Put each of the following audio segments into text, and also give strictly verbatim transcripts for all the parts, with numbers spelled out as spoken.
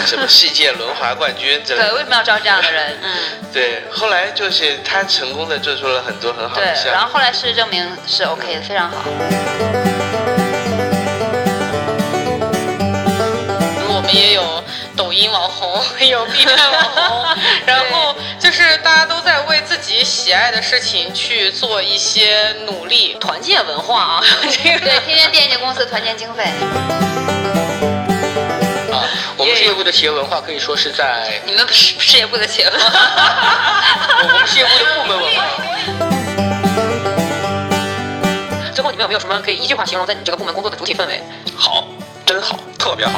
什么世界轮滑冠军之类的。 对，为什么要招这样的人？嗯， 对，后来就是他成功的做出了很多很好的项目， 对，然后后来事实证明是 OK 的，非常好。 我们也有抖音网红，也有 B 站网红，然后就是大家都在为自己喜爱的事情去做一些努力，团建文化啊，这个对，天天电影公司团建经费。 啊，我们事业部的企业文化可以说是在你们事事业部的企业文化， 我们事业部的部门文化。最后，你们有没有什么可以一句话形容在你这个部门工作的主体氛围？ 好，真好，特别好。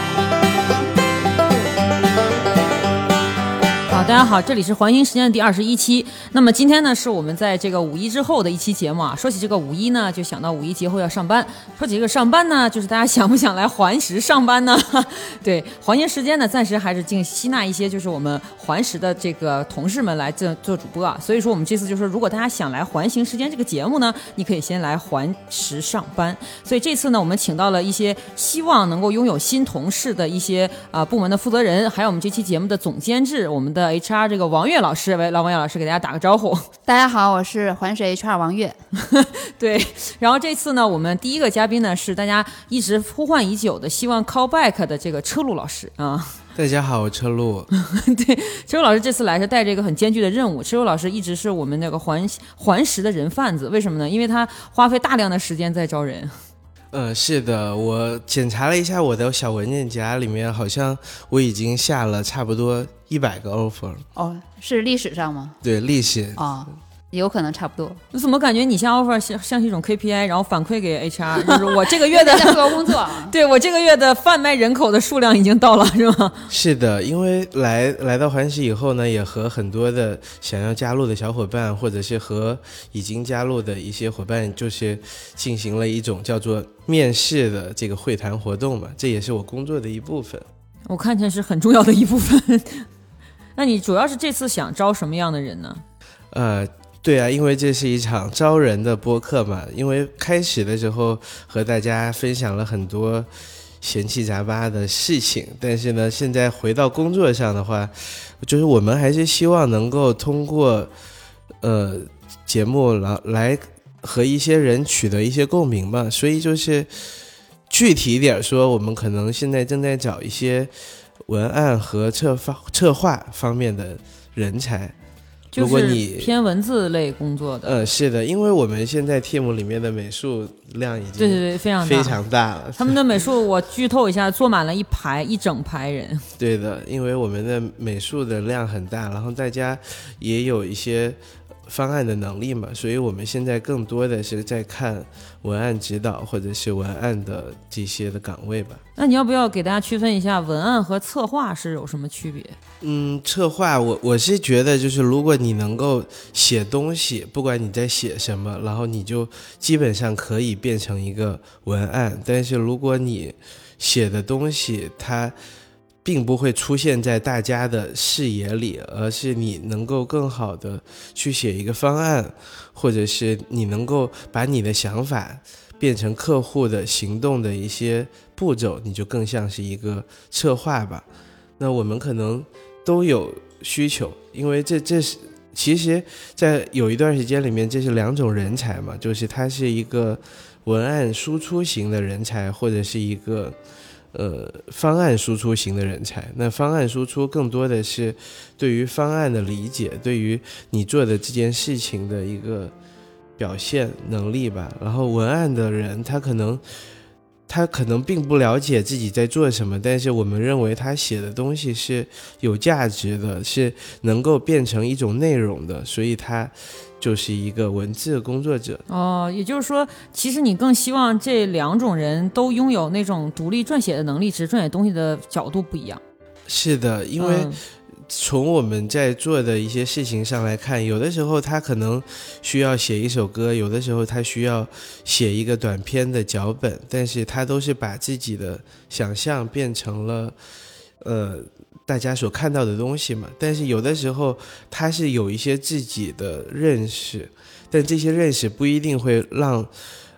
好，大家好，这里是环形时间的第二十一期。那么今天呢，是我们在这个五一之后的一期节目啊。说起这个五一呢，就想到五一节后要上班。说起这个上班呢，就是大家想不想来环时上班呢？对，环形时间呢，暂时还是尽吸纳一些就是我们环时的这个同事们来做做主播啊。所以说我们这次就是说，如果大家想来环形时间这个节目呢，你可以先来环时上班。所以这次呢，我们请到了一些希望能够拥有新同事的一些啊、呃、部门的负责人，还有我们这期节目的总监制，我们的 H R 这个王悦老师。喂，老王悦老师给大家打个招呼。 大家好，我是环水 H R 王悦。 对，然后这次呢，我们第一个嘉宾呢是大家一直呼唤已久的，希望 call back 的这个车路老师啊。 大家好，我车路。 对，车路老师这次来是带着一个很艰巨的任务。车路老师一直是我们那个环环时的人贩子，为什么呢？因为他花费大量的时间在招人。 呃，是的，我检查了一下我的小文件夹里面，好像我已经下了差不多一百个 offer。 哦，是历史上吗？ 对，历史。 哦，有可能差不多。 我怎么感觉你下 offer 像像是一种 K P I， 然后反馈给 H R， 就是我这个月的在做工作、啊。 对，我这个月的贩卖人口的数量已经到了，是吗？ 是的，因为来来到环时以后呢，也和很多的想要加入的小伙伴，或者是和已经加入的一些伙伴，就是进行了一种叫做面试的这个会谈活动嘛，这也是我工作的一部分。 我看成是很重要的一部分。那你主要是这次想招什么样的人呢？ 呃。对啊，因为这是一场招人的播客嘛，因为开始的时候和大家分享了很多闲七杂八的事情，但是呢，现在回到工作上的话，就是我们还是希望能够通过呃节目来来和一些人取得一些共鸣嘛，所以就是具体一点说，我们可能现在正在找一些文案和策划策划方面的人才。 就是偏文字类工作的。 呃，是的，因为我们现在 team 里面的美术量已经对对对非常大非常大了。 他们的美术我剧透一下，坐满了一排一整排人。 对的，因为我们的美术的量很大，然后大家也有一些方案的能力嘛，所以我们现在更多的是在看文案指导或者是文案的这些的岗位吧。 那你要不要给大家区分一下文案和策划是有什么区别？ 嗯，策划我我是觉得就是如果你能够写东西，不管你在写什么，然后你就基本上可以变成一个文案，但是如果你写的东西它并不会出现在大家的视野里，而是你能够更好的去写一个方案，或者是你能够把你的想法变成客户的行动的一些步骤，你就更像是一个策划吧。那我们可能都有需求，因为这这是其实在有一段时间里面，这是两种人才嘛，就是他是一个文案输出型的人才，或者是一个呃，方案输出型的人才。那方案输出更多的是对于方案的理解，对于你做的这件事情的一个表现能力吧。然后文案的人，他可能他可能并不了解自己在做什么，但是我们认为他写的东西是有价值的，是能够变成一种内容的，所以他就是一个文字工作者。 哦，也就是说其实你更希望这两种人都拥有那种独立撰写的能力，只是撰写东西的角度不一样。 是的，因为从我们在做的一些事情上来看，有的时候他可能需要写一首歌，有的时候他需要写一个短篇的脚本，但是他都是把自己的想象变成了呃大家所看到的东西嘛。但是有的时候他是有一些自己的认识，但这些认识不一定会让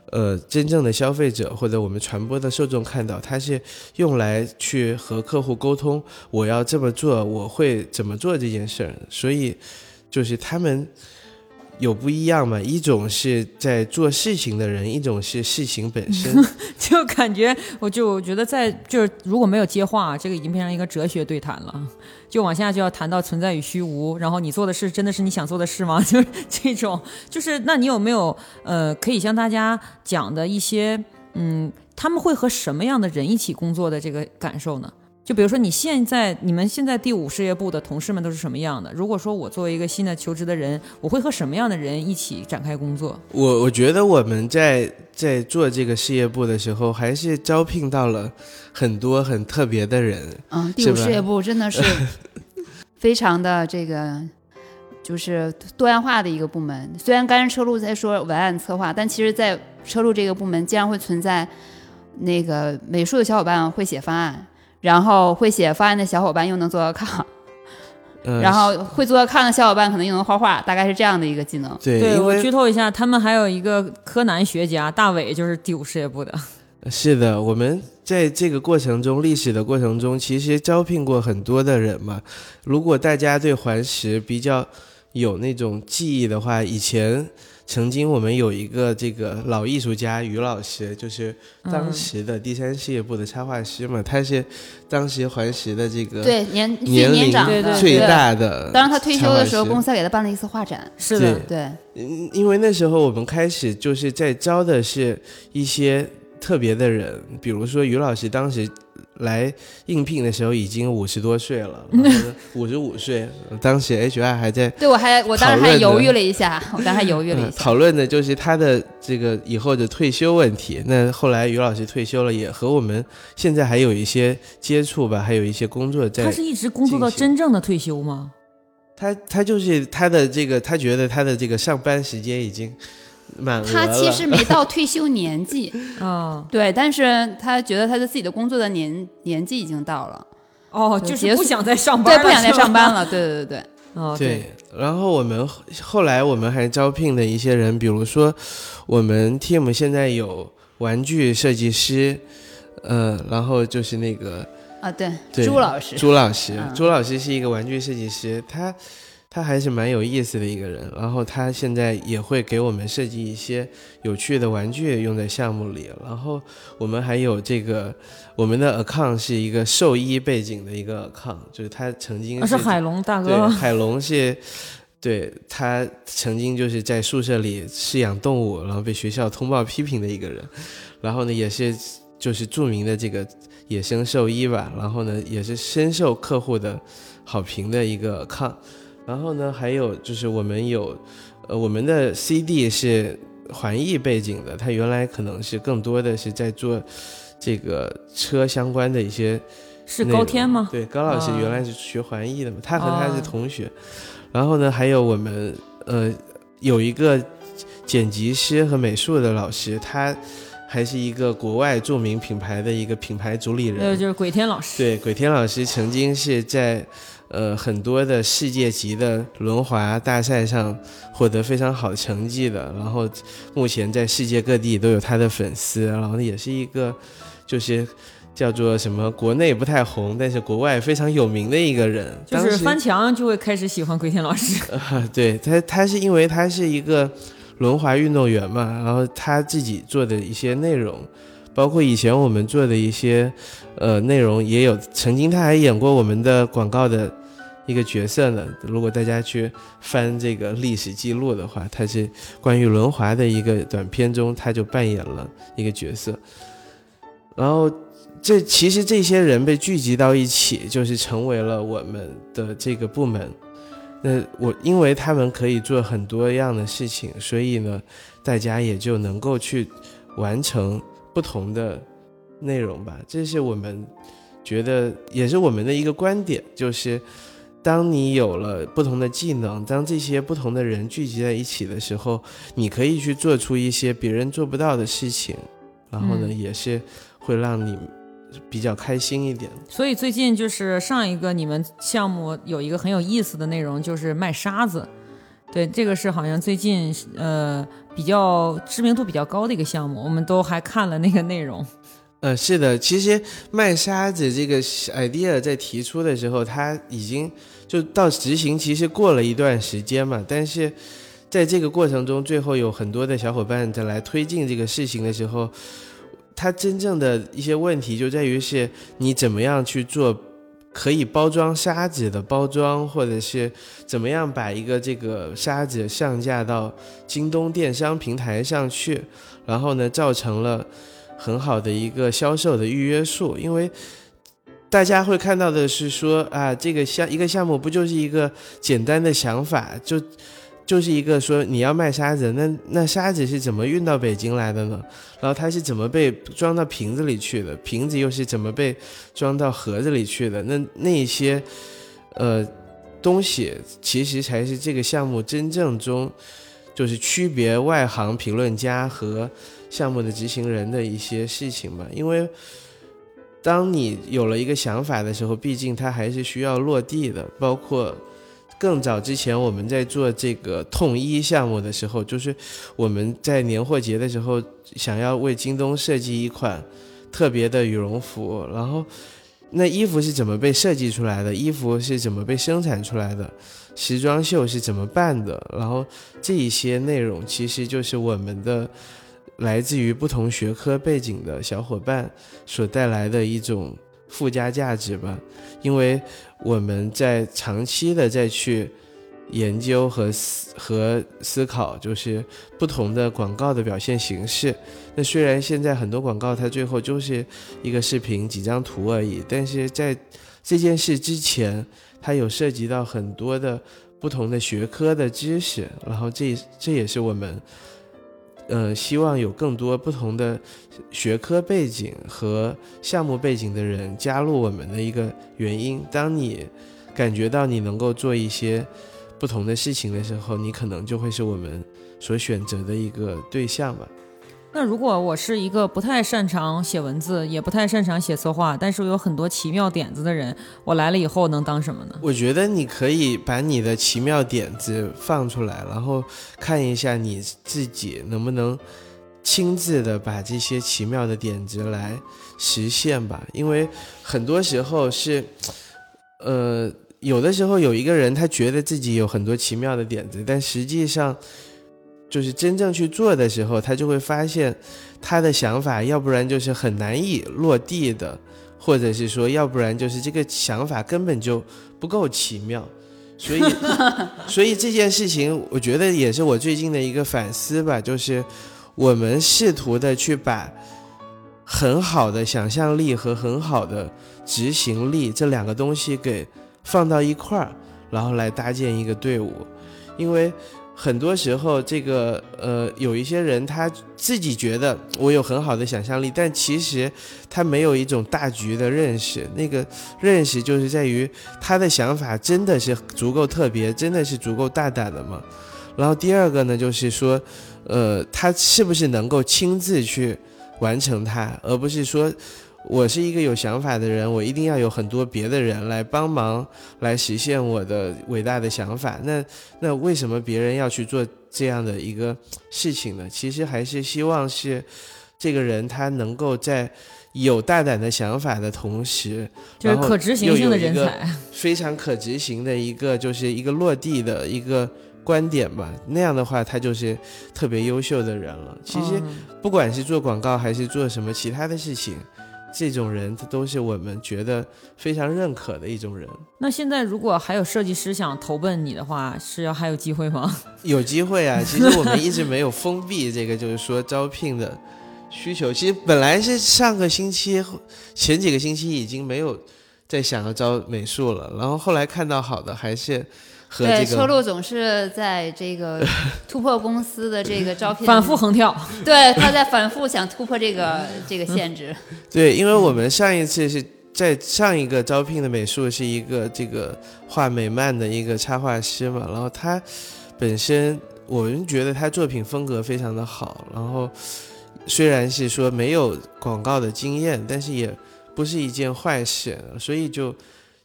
呃真正的消费者或者我们传播的受众看到，它是用来去和客户沟通，我要这么做，我会怎么做这件事儿。所以就是他们有不一样嘛，一种是在做事情的人，一种是事情本身。 就感觉我就觉得在就是如果没有接话，这个已经变成一个哲学对谈了，就往下就要谈到存在与虚无，然后你做的事真的是你想做的事吗？就是这种，就是那你有没有呃可以向大家讲的一些嗯他们会和什么样的人一起工作的这个感受呢？就比如说你现在你们现在第五事业部的同事们都是什么样的？如果说我作为一个新的求职的人，我会和什么样的人一起展开工作？ 我我觉得我们在在做这个事业部的时候，还是招聘到了很多很特别的人。 嗯，第五事业部真的是非常的这个就是多样化的一个部门。虽然刚才车路在说文案策划，但其实在车路这个部门经常会存在那个美术的小伙伴会写方案，然后会写方案的小伙伴又能做个抗， 呃、 然后会做个抗的小伙伴可能又能画画，大概是这样的一个技能。 对， 对， 因为我剧透一下，他们还有一个柯南学家大伟，就是第五事业部的。 是的，我们在这个过程中，历史的过程中，其实招聘过很多的人嘛。如果大家对环石比较有那种记忆的话，以前曾经我们有一个这个老艺术家于老师，就是当时的第三事业部的插画师嘛，嗯、他是当时环石的这个对年年龄最大的。 当时他退休的时候，公司还给他办了一次画展。 是的， 对， 因为那时候我们开始就是在招的是一些特别的人，比如说于老师当时来应聘的时候已经五十多岁了，五十五岁，当时 H R 还在对我还我当时还犹豫了一下，我当时还犹豫了一下， 讨论的就是他的这个以后的退休问题。那后来于老师退休了，也和我们现在还有一些接触吧，还有一些工作在。 他是一直工作到真正的退休吗？ 他他就是他的这个，他觉得他的这个上班时间已经满额了。 他其实没到退休年纪哦， 对，但是他觉得他的自己的工作的年年纪已经到了， 哦，就是不想再上班了， 对，不想再上班了，对对对对。 哦， 对， 对， 然后我们后来我们还招聘了一些人，比如说我们 team 现在有玩具设计师，呃，然后就是那个啊，对， 对朱老师， 朱老师， 嗯、 朱老师是一个玩具设计师，他他还是蛮有意思的一个人。然后他现在也会给我们设计一些有趣的玩具用在项目里。然后我们还有这个，我们的 account 是一个兽医背景的一个 account， 就是他曾经是、 啊、是海龙大哥， 对，海龙是。对，他曾经就是在宿舍里饲养动物，然后被学校通报批评的一个人。然后呢，也是就是著名的这个野生兽医吧。然后呢，也是深受客户的好评的一个抗。然后呢，还有就是我们有，呃，我们的 C D 是环艺背景的，他原来可能是更多的是在做这个车相关的一些。 是高天吗？ 对，高老师原来是学环艺的嘛，哦、他和他是同学。然后呢，还有我们呃有一个剪辑师和美术的老师，他还是一个国外著名品牌的一个品牌主理人， 呃，就是鬼天老师。 对，鬼天老师曾经是在呃很多的世界级的轮滑大赛上获得非常好成绩的，然后目前在世界各地都有他的粉丝，然后也是一个就是叫做什么国内不太红但是国外非常有名的一个人， 就是翻墙就会开始喜欢鬼天老师、 呃、对，他他是因为他是一个轮滑运动员嘛，然后他自己做的一些内容，包括以前我们做的一些呃内容也有，曾经他还演过我们的广告的一个角色呢。如果大家去翻这个历史记录的话，他是关于轮滑的一个短片中他就扮演了一个角色。然后这其实这些人被聚集到一起，就是成为了我们的这个部门。那我因为他们可以做很多样的事情，所以呢大家也就能够去完成不同的内容吧。这是我们觉得也是我们的一个观点，就是当你有了不同的技能，当这些不同的人聚集在一起的时候，你可以去做出一些别人做不到的事情，然后呢、嗯、也是会让你比较开心一点。 所以最近就是上一个你们项目有一个很有意思的内容，就是卖沙子， 对，这个是好像最近呃比较知名度比较高的一个项目，我们都还看了那个内容。 呃，是的，其实卖沙子这个 idea 在提出的时候，它已经就到执行，其实过了一段时间嘛。但是在这个过程中，最后有很多的小伙伴在来推进这个事情的时候，它真正的一些问题就在于是你怎么样去做可以包装沙子的包装，或者是怎么样把一个这个沙子上架到京东电商平台上去，然后呢造成了很好的一个销售的预约数。因为大家会看到的是说啊，这个项一个项目不就是一个简单的想法，就就是一个说你要卖沙子，那那沙子是怎么运到北京来的呢？然后它是怎么被装到瓶子里去的？瓶子又是怎么被装到盒子里去的？那那些呃东西其实才是这个项目真正中就是区别外行评论家和项目的执行人的一些事情吧。因为当你有了一个想法的时候，毕竟它还是需要落地的。包括更早之前我们在做这个痛衣项目的时候，就是我们在年货节的时候想要为京东设计一款特别的羽绒服，然后那衣服是怎么被设计出来的，衣服是怎么被生产出来的，时装秀是怎么办的，然后这一些内容其实就是我们的来自于不同学科背景的小伙伴所带来的一种附加价值吧。因为我们在长期的再去研究和思和思考，就是不同的广告的表现形式。那虽然现在很多广告它最后就是一个视频几张图而已，但是在这件事之前，它有涉及到很多的不同的学科的知识，然后这这也是我们呃，希望有更多不同的学科背景和项目背景的人加入我们的一个原因。当你感觉到你能够做一些不同的事情的时候，你可能就会是我们所选择的一个对象吧。 那如果我是一个不太擅长写文字，也不太擅长写策划，但是我有很多奇妙点子的人，我来了以后能当什么呢？ 我觉得你可以把你的奇妙点子放出来，然后看一下你自己能不能亲自的把这些奇妙的点子来实现吧。因为很多时候是呃，有的时候有一个人他觉得自己有很多奇妙的点子，但实际上就是真正去做的时候，他就会发现他的想法要不然就是很难以落地的，或者是说要不然就是这个想法根本就不够奇妙。所以所以这件事情我觉得也是我最近的一个反思吧，就是我们试图的去把很好的想象力和很好的执行力这两个东西给放到一块儿，然后来搭建一个队伍。因为很多时候这个呃，有一些人他自己觉得我有很好的想象力，但其实他没有一种大局的认识。那个认识就是在于他的想法真的是足够特别，真的是足够大胆的吗？然后第二个呢，就是说呃，他是不是能够亲自去完成它，而不是说我是一个有想法的人，我一定要有很多别的人来帮忙来实现我的伟大的想法。那那为什么别人要去做这样的一个事情呢？其实还是希望是这个人他能够在有大胆的想法的同时， 就是可执行性的人才， 非常可执行的一个就是一个落地的一个观点吧。那样的话他就是特别优秀的人了。其实不管是做广告还是做什么其他的事情，这种人他都是我们觉得非常认可的一种人。 那现在如果还有设计师想投奔你的话，是要还有机会吗？ 有机会啊，其实我们一直没有封闭这个就是说招聘的需求。其实本来是上个星期前几个星期已经没有在想要招美术了，然后后来看到好的还是和这个对，车路总是在这个突破公司的这个招聘反复横跳， 对，他在反复想突破这个这个限制。 对，因为我们上一次是在上一个招聘的美术是一个这个画美漫的一个插画师嘛，然后他本身我们觉得他作品风格非常的好，然后虽然是说没有广告的经验，但是也不是一件坏事，所以就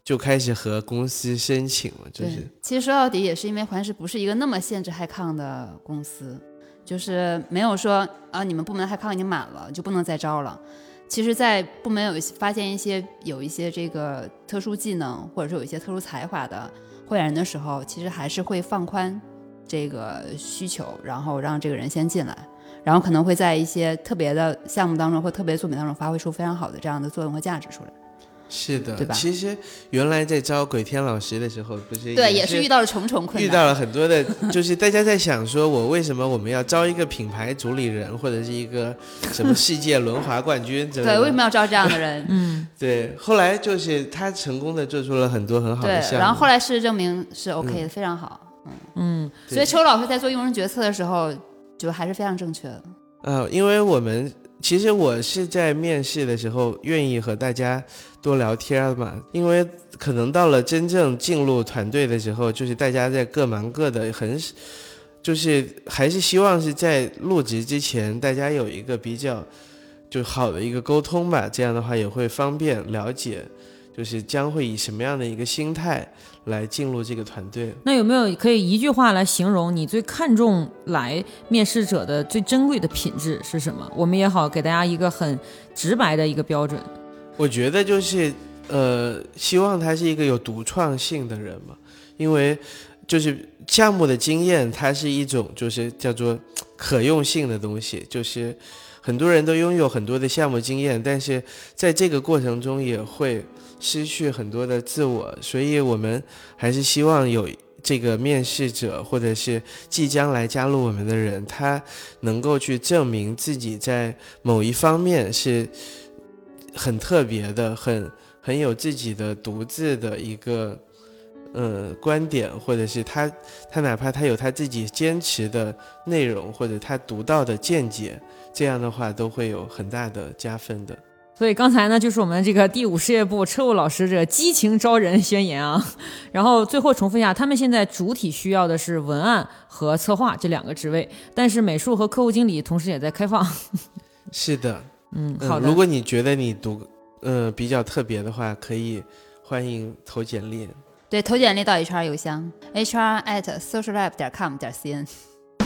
就开始和公司申请了，就是。 其实说到底也是因为环视不是一个那么限制 HiCon 的公司，就是没有说啊你们部门 HiCon 已经满了就不能再招了。其实在部门有发现一些有一些这个特殊技能或者说有一些特殊才华的会员人的时候，其实还是会放宽这个需求，然后让这个人先进来，然后可能会在一些特别的项目当中或特别作品当中发挥出非常好的这样的作用和价值出来。 是的， 对吧？ 其实原来在招鬼天老师的时候，不是对， 也也是遇到了重重困难， 遇到了很多的，就是大家在想说，我为什么我们要招一个品牌主理人，或者是一个什么世界轮滑冠军之类的？ 对，为什么要招这样的人？ 嗯， 对。后来就是他成功的做出了很多很好的项目， 对，然后后来事实证明是 OK 的，嗯、非常好。嗯嗯， 所以邱老师在做用人决策的时候，就还是非常正确的。 呃，因为我们其实我是在面试的时候愿意和大家多聊天嘛，因为可能到了真正进入团队的时候，就是大家在各忙各的，很就是还是希望是在入职之前大家有一个比较就好的一个沟通吧，这样的话也会方便了解就是将会以什么样的一个心态来进入这个团队。 那有没有可以一句话来形容你最看重来面试者的最珍贵的品质是什么？我们也好给大家一个很直白的一个标准。 我觉得就是呃，希望他是一个有独创性的人嘛，因为就是项目的经验它是一种就是叫做可用性的东西，就是很多人都拥有很多的项目经验，但是在这个过程中也会失去很多的自我，所以我们还是希望有这个面试者或者是即将来加入我们的人，他能够去证明自己在某一方面是很特别的，很很有自己的独自的一个呃观点，或者是他他哪怕他有他自己坚持的内容，或者他独到的见解，这样的话都会有很大的加分的。 所以刚才呢，就是我们这个第五事业部车务老师这激情招人宣言啊。然后最后重复一下，他们现在主体需要的是文案和策划这两个职位，但是美术和客户经理同时也在开放。 是的， 嗯，好的。 嗯、如果你觉得你读呃比较特别的话，可以欢迎投简历。 对，投简历到 H R 邮箱 h r at sociallab 点 com 点 c n。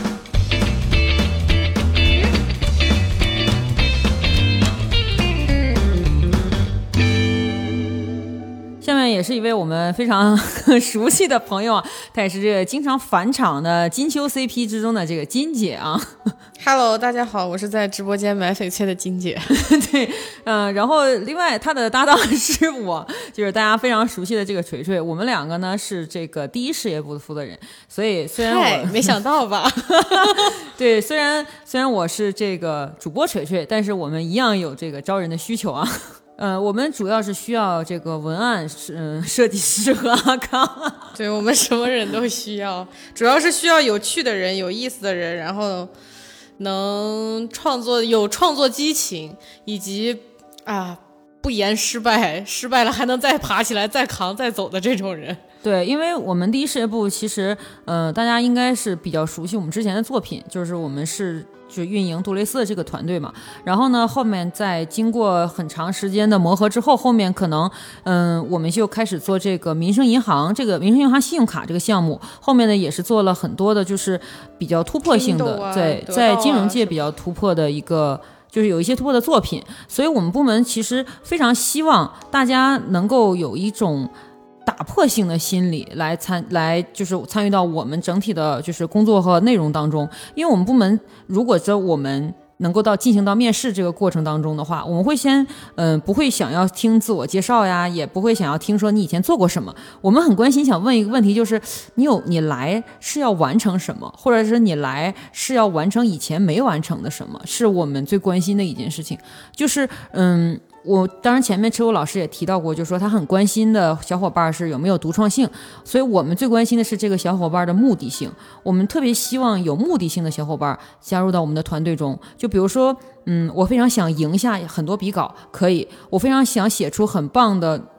下面也是一位我们非常熟悉的朋友啊，他也是这个经常返场的金秋 C P 之中的这个金姐啊。 Hello， 大家好，我是在直播间买翡翠的金姐。 对，嗯、呃，然后另外他的搭档是我，就是大家非常熟悉的这个锤锤。我们两个呢是这个第一事业部的负责人，所以虽然我没想到吧， 对，虽然虽然我是这个主播锤锤，但是我们一样有这个招人的需求啊。呃，我们主要是需要这个文案嗯、呃、设计师和阿康。 对，我们什么人都需要，主要是需要有趣的人、有意思的人，然后能创作、有创作激情，以及啊不言失败，失败了还能再爬起来、再扛、再走的这种人。 对，因为我们第一事业部其实，呃，大家应该是比较熟悉我们之前的作品，就是我们是就运营杜蕾斯的这个团队嘛。然后呢，后面在经过很长时间的磨合之后，后面可能，嗯、呃，我们就开始做这个民生银行这个民生银行信用卡这个项目。后面呢，也是做了很多的，就是比较突破性的， 啊、 在在金融界比较突破的一个。就是有一些突破的作品，所以我们部门其实非常希望大家能够有一种打破性的心理来参来就是参与到我们整体的就是工作和内容当中。因为我们部门如果说我们能够到进行到面试这个过程当中的话，我们会先嗯、呃、不会想要听自我介绍呀，也不会想要听说你以前做过什么，我们很关心想问一个问题，就是你有你来是要完成什么，或者是你来是要完成以前没完成的什么，是我们最关心的一件事情。就是嗯我当然前面车务老师也提到过，就是说他很关心的小伙伴是有没有独创性，所以我们最关心的是这个小伙伴的目的性。我们特别希望有目的性的小伙伴加入到我们的团队中。就比如说嗯，我非常想赢下很多笔稿，可以，我非常想写出很棒的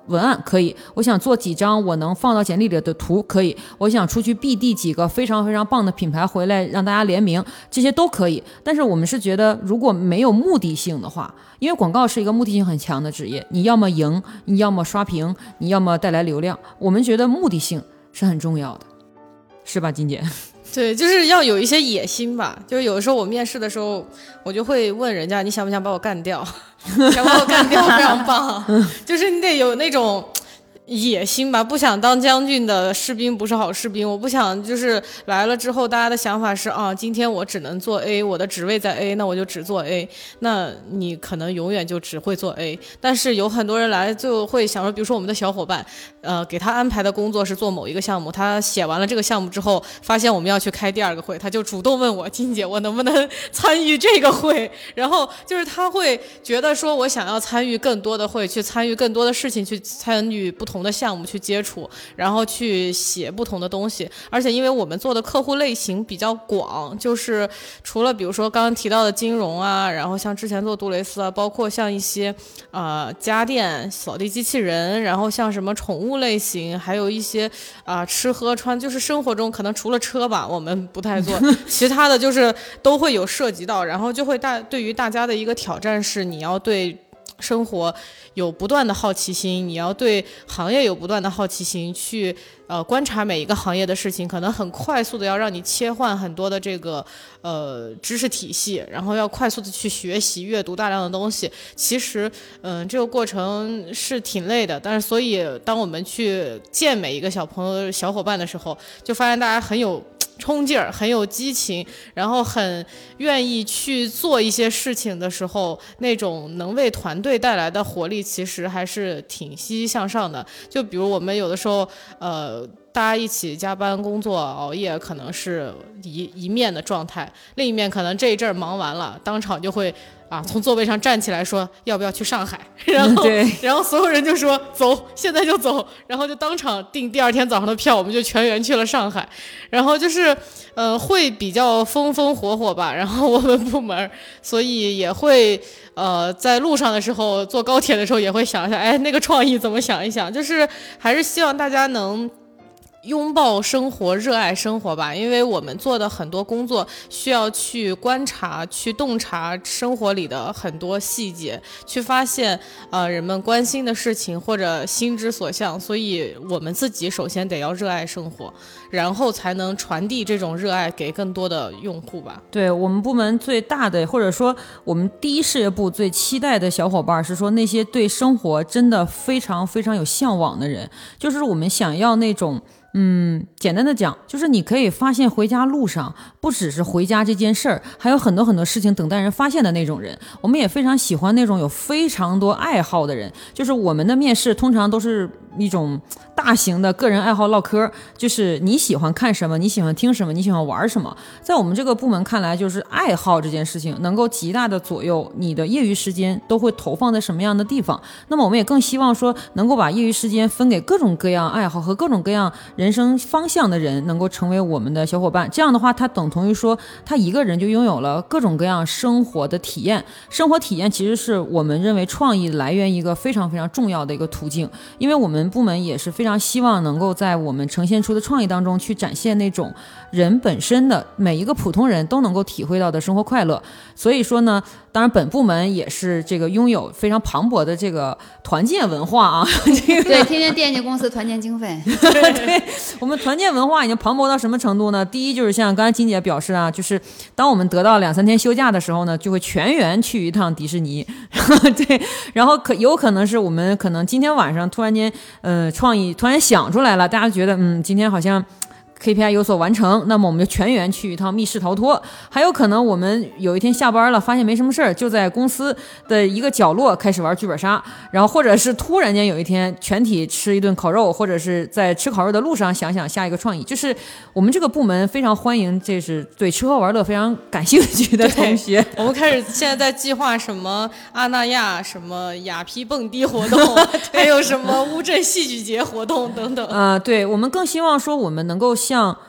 文案可以，我想做几张我能放到简历里的图可以，我想出去 B D 几个非常非常棒的品牌回来让大家联名，这些都可以。但是我们是觉得如果没有目的性的话，因为广告是一个目的性很强的职业，你要么赢，你要么刷屏，你要么带来流量，我们觉得目的性是很重要的，是吧，金姐？ 对，就是要有一些野心吧。就是有的时候我面试的时候，我就会问人家，你想不想把我干掉？想把我干掉，非常棒。就是你得有那种野心吧，不想当将军的士兵不是好士兵。我不想就是来了之后大家的想法是啊，今天我只能做 A， 我的职位在 A， 那我就只做 A， 那你可能永远就只会做 A。 但是有很多人来就会想说，比如说我们的小伙伴呃，给他安排的工作是做某一个项目，他写完了这个项目之后发现我们要去开第二个会，他就主动问我，金姐我能不能参与这个会，然后就是他会觉得说我想要参与更多的会，去参与更多的事情，去参与不同的项目，去接触，然后去写不同的东西。而且因为我们做的客户类型比较广，就是除了比如说刚刚提到的金融啊，然后像之前做杜蕾斯啊，包括像一些呃家电扫地机器人，然后像什么宠物类型，还有一些啊、呃、吃喝穿，就是生活中可能除了车吧我们不太做，其他的就是都会有涉及到，然后就会大对于大家的一个挑战是你要对生活有不断的好奇心，你要对行业有不断的好奇心，去呃观察每一个行业的事情，可能很快速的要让你切换很多的这个呃知识体系，然后要快速的去学习阅读大量的东西。其实嗯、呃、这个过程是挺累的，但是所以当我们去见每一个小朋友小伙伴的时候，就发现大家很有冲劲儿，很有激情，然后很愿意去做一些事情的时候，那种能为团队带来的活力其实还是挺积极向上的。就比如我们有的时候呃大家一起加班工作熬夜，可能是一一面的状态，另一面可能这一阵儿忙完了，当场就会啊，从座位上站起来说要不要去上海，然后然后所有人就说走，现在就走，然后就当场订第二天早上的票，我们就全员去了上海。然后就是呃会比较风风火火吧，然后我们部门所以也会呃在路上的时候坐高铁的时候也会想一下，哎，那个创意怎么想一想，就是还是希望大家能拥抱生活，热爱生活吧。因为我们做的很多工作需要去观察，去洞察生活里的很多细节，去发现呃人们关心的事情或者心之所向。所以我们自己首先得要热爱生活，然后才能传递这种热爱给更多的用户吧。 对，我们部门最大的，或者说我们第一事业部最期待的小伙伴是说那些对生活真的非常非常有向往的人，就是我们想要那种嗯，简单的讲，就是你可以发现回家路上不只是回家这件事儿，还有很多很多事情等待人发现的那种人。我们也非常喜欢那种有非常多爱好的人，就是我们的面试通常都是一种大型的个人爱好唠嗑，就是你喜欢看什么，你喜欢听什么，你喜欢玩什么。在我们这个部门看来，就是爱好这件事情能够极大的左右你的业余时间都会投放在什么样的地方。那么我们也更希望说能够把业余时间分给各种各样爱好和各种各样人生方向的人，能够成为我们的小伙伴。这样的话，他等同于说他一个人就拥有了各种各样生活的体验。生活体验其实是我们认为创意来源一个非常非常重要的一个途径，因为我们部门也是非常希望能够在我们呈现出的创意当中去展现那种人本身的每一个普通人都能够体会到的生活快乐。所以说呢，当然本部门也是这个拥有非常磅礴的这个团建文化啊，这个、 对，天天惦记公司团建经费。 对，我们团建文化已经磅礴到什么程度呢？第一就是像刚才金姐表示啊，就是当我们得到两三天休假的时候呢，就会全员去一趟迪士尼。对，然后可有可能是我们可能今天晚上突然间呃创意突然想出来了，大家觉得嗯今天好像K P I 有所完成，那么我们就全员去一趟密室逃脱。还有可能我们有一天下班了，发现没什么事儿，就在公司的一个角落开始玩剧本杀，然后或者是突然间有一天全体吃一顿烤肉，或者是在吃烤肉的路上想想下一个创意。就是我们这个部门非常欢迎这是对吃喝玩乐非常感兴趣的同学。 我们开始现在在计划什么阿那亚什么雅皮蹦迪活动还有什么乌镇戏剧节活动等等。 呃，对，我们更希望说我们能够像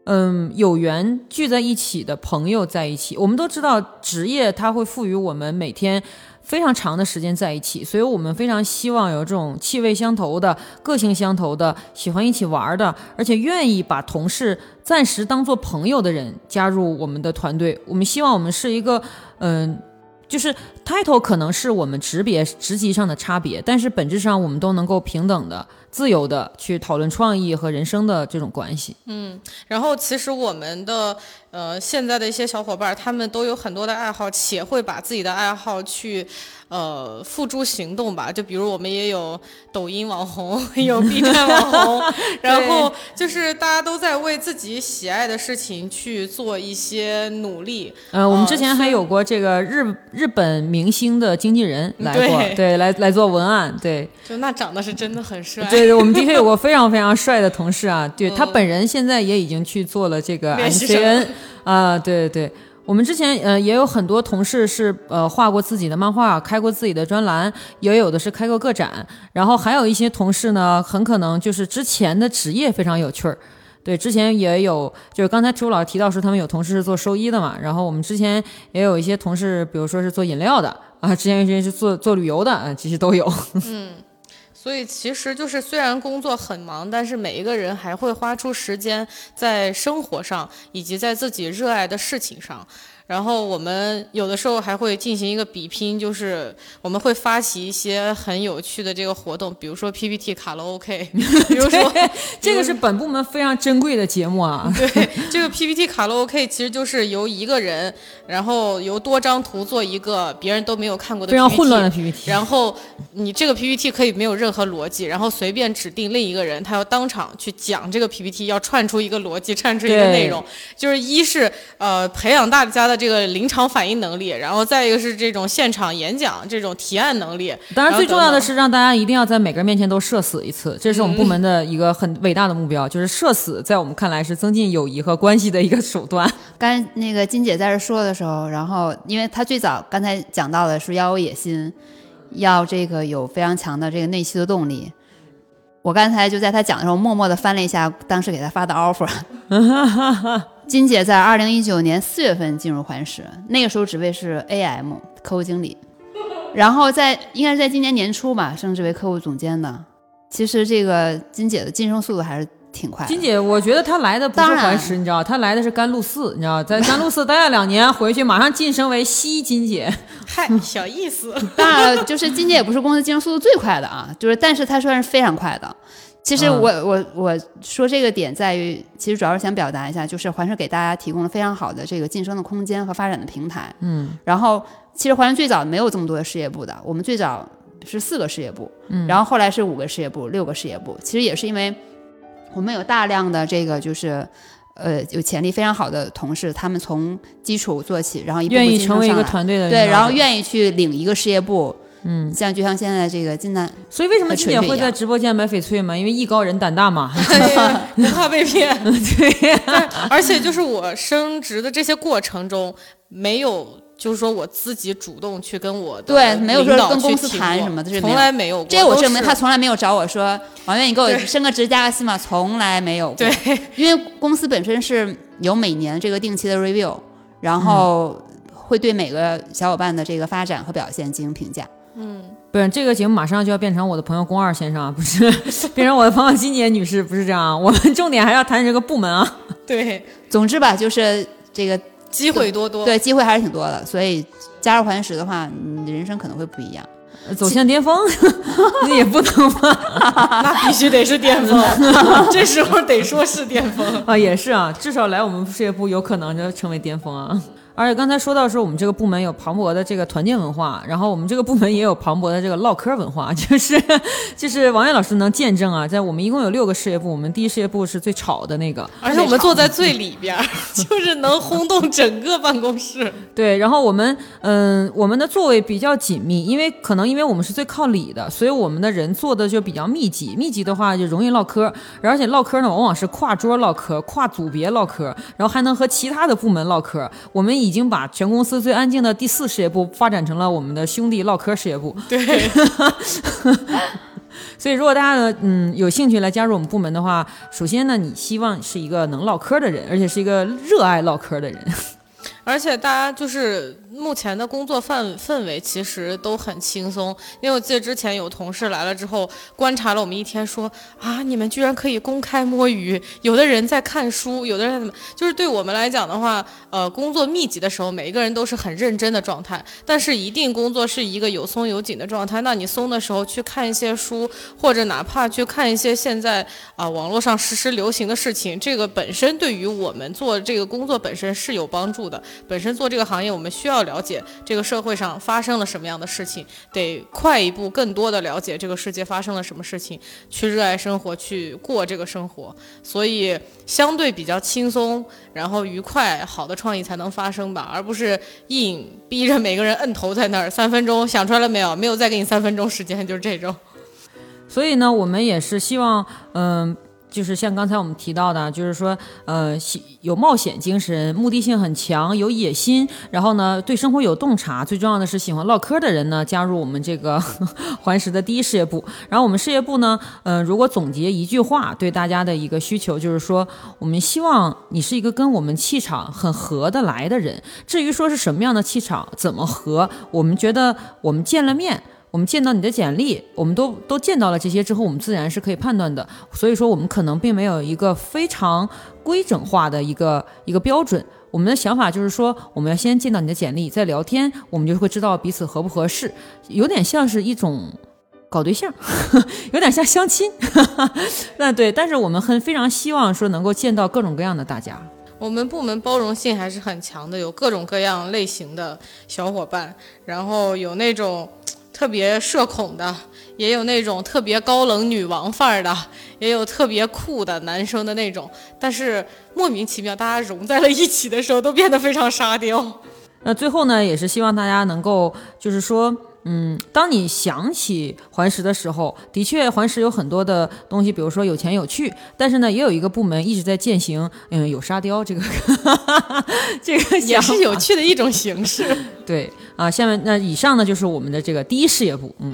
嗯，有缘聚在一起的朋友在一起。我们都知道职业它会赋予我们每天非常长的时间在一起，所以我们非常希望有这种气味相投的、个性相投的、喜欢一起玩的，而且愿意把同事暂时当做朋友的人加入我们的团队。我们希望我们是一个嗯、呃就是 title 可能是我们职别职级上的差别，但是本质上我们都能够平等的自由的去讨论创意和人生的这种关系。 嗯，然后其实我们的呃现在的一些小伙伴，他们都有很多的爱好，且会把自己的爱好去呃付诸行动吧。就比如我们也有抖音网红，有 B 站网红，然后就是大家都在为自己喜爱的事情去做一些努力。 呃，我们之前还有过这个日日本明星的经纪人来过， 对， 对，来来做文案，对， 就那长得是真的很帅。 对，我们的确有过非常非常帅的同事啊，对、嗯、他本人现在也已经去做了这个 M C N 啊、呃，对对。我们之前呃也有很多同事是呃画过自己的漫画，开过自己的专栏，也有的是开过个展，然后还有一些同事呢，很可能就是之前的职业非常有趣儿。对，之前也有，就是刚才朱老师提到说他们有同事是做兽医的嘛，然后我们之前也有一些同事，比如说是做饮料的啊，之前有些是做做旅游的啊，其实都有。 嗯。所以其实就是虽然工作很忙，但是每一个人还会花出时间在生活上以及在自己热爱的事情上。然后我们有的时候还会进行一个比拼，就是我们会发起一些很有趣的这个活动，比如说 P P T 卡拉 OK， 比如说这个是本部门非常珍贵的节目啊。 对，这个 P P T 卡拉 OK 其实就是由一个人，然后由多张图做一个别人都没有看过的 P P T， 非常混乱的 P P T， 然后你这个 P P T 可以没有任何逻辑，然后随便指定另一个人，他要当场去讲这个 P P T， 要串出一个逻辑，串出一个内容，就是一是呃培养大家的这个临场反应能力，然后再一个是这种现场演讲这种提案能力。 当然最重要的是让大家一定要在每个人面前都社死一次，这是我们部门的一个很伟大的目标、嗯、就是社死在我们看来是增进友谊和关系的一个手段。 刚才那个金姐在这说的时候，然后因为她最早刚才讲到的是要有野心，要这个有非常强的这个内驱的动力，我刚才就在她讲的时候默默地翻了一下当时给她发的 offer。金姐在二零一九年四月份进入环石，那个时候职位是 A M 客户经理，然后在应该是在今年年初吧升职为客户总监的。其实这个金姐的晋升速度还是挺快的。 金姐我觉得她来的不是环石，你知道，她来的是甘露寺，你知道，在甘露寺待了两年回去马上晋升为西金姐。 嗨，小意思。 当然了，就是金姐也不是公司晋升速度最快的啊，就是但是她算是非常快的。其实我、嗯、我我说这个点在于，其实主要是想表达一下，就是环石给大家提供了非常好的这个晋升的空间和发展的平台。 嗯， 然后其实环石最早没有这么多的事业部的，我们最早是四个事业部，嗯，然后后来是五个事业部、六个事业部。其实也是因为我们有大量的这个就是呃有潜力非常好的同事，他们从基础做起，然后一步步愿意成为一个团队的人， 对，然后愿意去领一个事业部。 嗯， 像就像现在这个金南， 所以为什么金姐会在直播间买翡翠嘛？因为艺高人胆大嘛， 不怕被骗。 对、 啊，而且就是我升职的这些过程中，没有就是说我自己主动去跟我的对，没有说跟公司谈什么的， 从来没有过。 这我证明他从来没有找我说王悦，你给我升个职加个薪嘛，从来没有过。 对， 因为公司本身是有每年这个定期的 review， 然后会对每个小伙伴的这个发展和表现进行评价。 嗯， 不是，这个节目马上就要变成我的朋友宫二先生啊，不是变成我的朋友金姐女士，不是这样，我们重点还要谈这个部门啊。 对， 总之吧，就是这个机会多多， 对，机会还是挺多的，所以加入环石的话，你的人生可能会不一样， 走向巅峰也不能吧？ 那必须得是巅峰，这时候得说是巅峰啊，也是啊，至少来我们事业部有可能就成为巅峰啊。而且刚才说到说我们这个部门有磅礴的这个团建文化，然后我们这个部门也有磅礴的这个唠嗑文化，就是就是王悦老师能见证啊，在我们一共有六个事业部，我们第一事业部是最吵的那个， 而且我们坐在最里边，就是能轰动整个办公室。 对，然后我们嗯、呃，我们的座位比较紧密，因为可能因为我们是最靠里的，所以我们的人坐的就比较密集，密集的话就容易唠嗑，而且唠嗑呢往往是跨桌唠嗑、跨组别唠嗑，然后还能和其他的部门唠嗑。我们已经把全公司最安静的第四事业部发展成了我们的兄弟唠嗑事业部。 对所以如果大家呢嗯有兴趣来加入我们部门的话，首先呢你希望是一个能唠嗑的人，而且是一个热爱唠嗑的人。 而且大家就是目前的工作氛氛围其实都很轻松，因为我记得之前有同事来了之后观察了我们一天，说啊你们居然可以公开摸鱼，有的人在看书，有的人在怎么，就是对我们来讲的话，呃工作密集的时候每一个人都是很认真的状态，但是一定工作是一个有松有紧的状态，那你松的时候去看一些书，或者哪怕去看一些现在啊、呃、网络上实时流行的事情，这个本身对于我们做这个工作本身是有帮助的。本身做这个行业我们需要了解这个社会上发生了什么样的事情，得快一步更多的了解这个世界发生了什么事情，去热爱生活，去过这个生活，所以相对比较轻松，然后愉快，好的创意才能发生吧，而不是硬逼着每个人摁头在那儿，三分钟想出来了没有，没有再给你三分钟时间，就是这种。 所以呢我们也是希望嗯、呃就是像刚才我们提到的，就是说，呃，有冒险精神，目的性很强，有野心，然后呢，对生活有洞察，最重要的是喜欢唠嗑的人呢，加入我们这个环石的第一事业部。然后我们事业部呢，呃，如果总结一句话，对大家的一个需求就是说，我们希望你是一个跟我们气场很合得来的人。至于说是什么样的气场，怎么合，我们觉得我们见了面。我们见到你的简历，我们都都见到了这些之后，我们自然是可以判断的。所以说我们可能并没有一个非常规整化的一个一个标准。我们的想法就是说，我们要先见到你的简历，再聊天，我们就会知道彼此合不合适，有点像是一种搞对象，有点像相亲。那对，但是我们很非常希望说能够见到各种各样的大家。 我们部门包容性还是很强的，有各种各样类型的小伙伴，然后有那种特别社恐的，也有那种特别高冷女王范儿的，也有特别酷的男生的那种，但是莫名其妙大家融在了一起的时候都变得非常沙雕。 那最后呢也是希望大家能够就是说嗯，当你想起环石的时候，的确环石有很多的东西，比如说有钱有趣，但是呢也有一个部门一直在践行嗯有沙雕这个这个也是有趣的一种形式。 对啊，下面那以上呢就是我们的这个第一事业部。嗯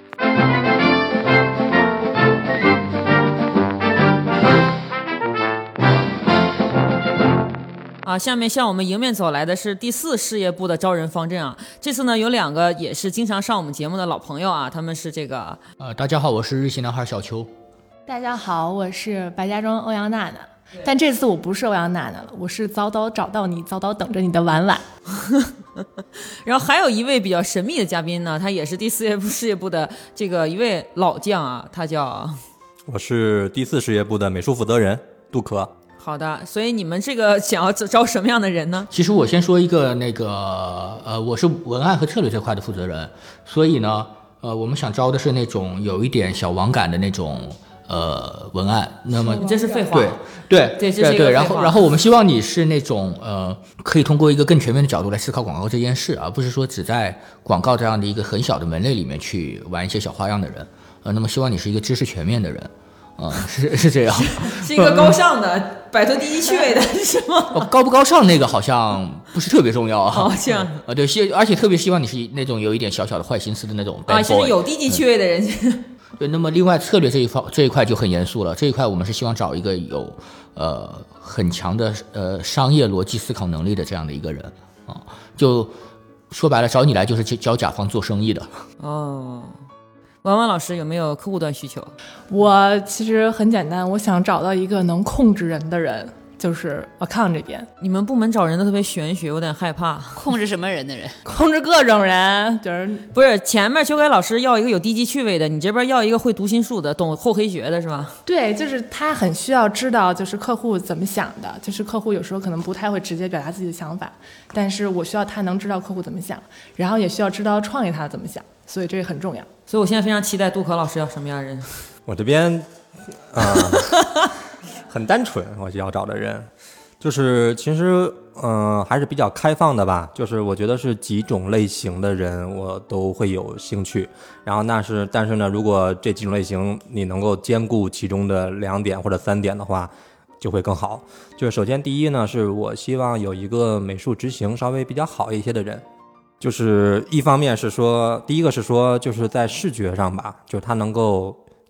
啊，下面向我们迎面走来的是第四事业部的招人方阵啊。这次呢有两个也是经常上我们节目的老朋友啊，他们是这个呃，大家好，我是日系男孩小邱。 大家好，我是白家庄欧阳娜娜。但这次我不是欧阳娜娜了，我是早早找到你，早早等着你的婉婉。 然后还有一位比较神秘的嘉宾呢，他也是第四事业部的这个一位老将啊，他叫我是第四事业部的美术负责人杜可。 好的，所以你们这个想要招什么样的人呢？ 其实我先说一个那个呃，我是文案和策略这块的负责人，所以呢，呃，我们想招的是那种有一点小网感的那种呃文案。那么这是废话。 对对对对对，然后然后我们希望你是那种呃，可以通过一个更全面的角度来思考广告这件事，而不是说只在广告这样的一个很小的门类里面去玩一些小花样的人。呃，那么希望你是一个知识全面的人。啊、嗯，是是这样， 是一个高尚的，摆脱低级趣味的，是吗？ 高不高尚那个好像不是特别重要啊。 好像啊，对，希而且特别希望你是那种有一点小小的坏心思的那种啊，是有低级趣味的人。 嗯、对，那么另外策略这一方这一块就很严肃了，这一块我们是希望找一个有呃很强的呃商业逻辑思考能力的这样的一个人啊，就说白了，找你来就是教甲方做生意的。 哦。婉婉老师有没有客户端需求？ 我其实很简单，我想找到一个能控制人的人，就是 account 这边。 你们部门找人都特别玄学，有点害怕。 控制什么人的人？ 控制各种人，就是不是前面修改老师要一个有低级趣味的，你这边要一个会读心术的，懂厚黑学的是吧？ 对，就是他很需要知道就是客户怎么想的，就是客户有时候可能不太会直接表达自己的想法，但是我需要他能知道客户怎么想，然后也需要知道创业他怎么想，所以这个很重要。 所以我现在非常期待杜可老师要什么样的人。 我这边啊、呃、很单纯，我要找的人就是其实嗯、呃、还是比较开放的吧，就是我觉得是几种类型的人我都会有兴趣，然后那是但是呢，如果这几种类型你能够兼顾其中的两点或者三点的话就会更好。就是首先第一呢，是我希望有一个美术执行稍微比较好一些的人，就是一方面是说，第一个是说就是在视觉上吧，就是他能够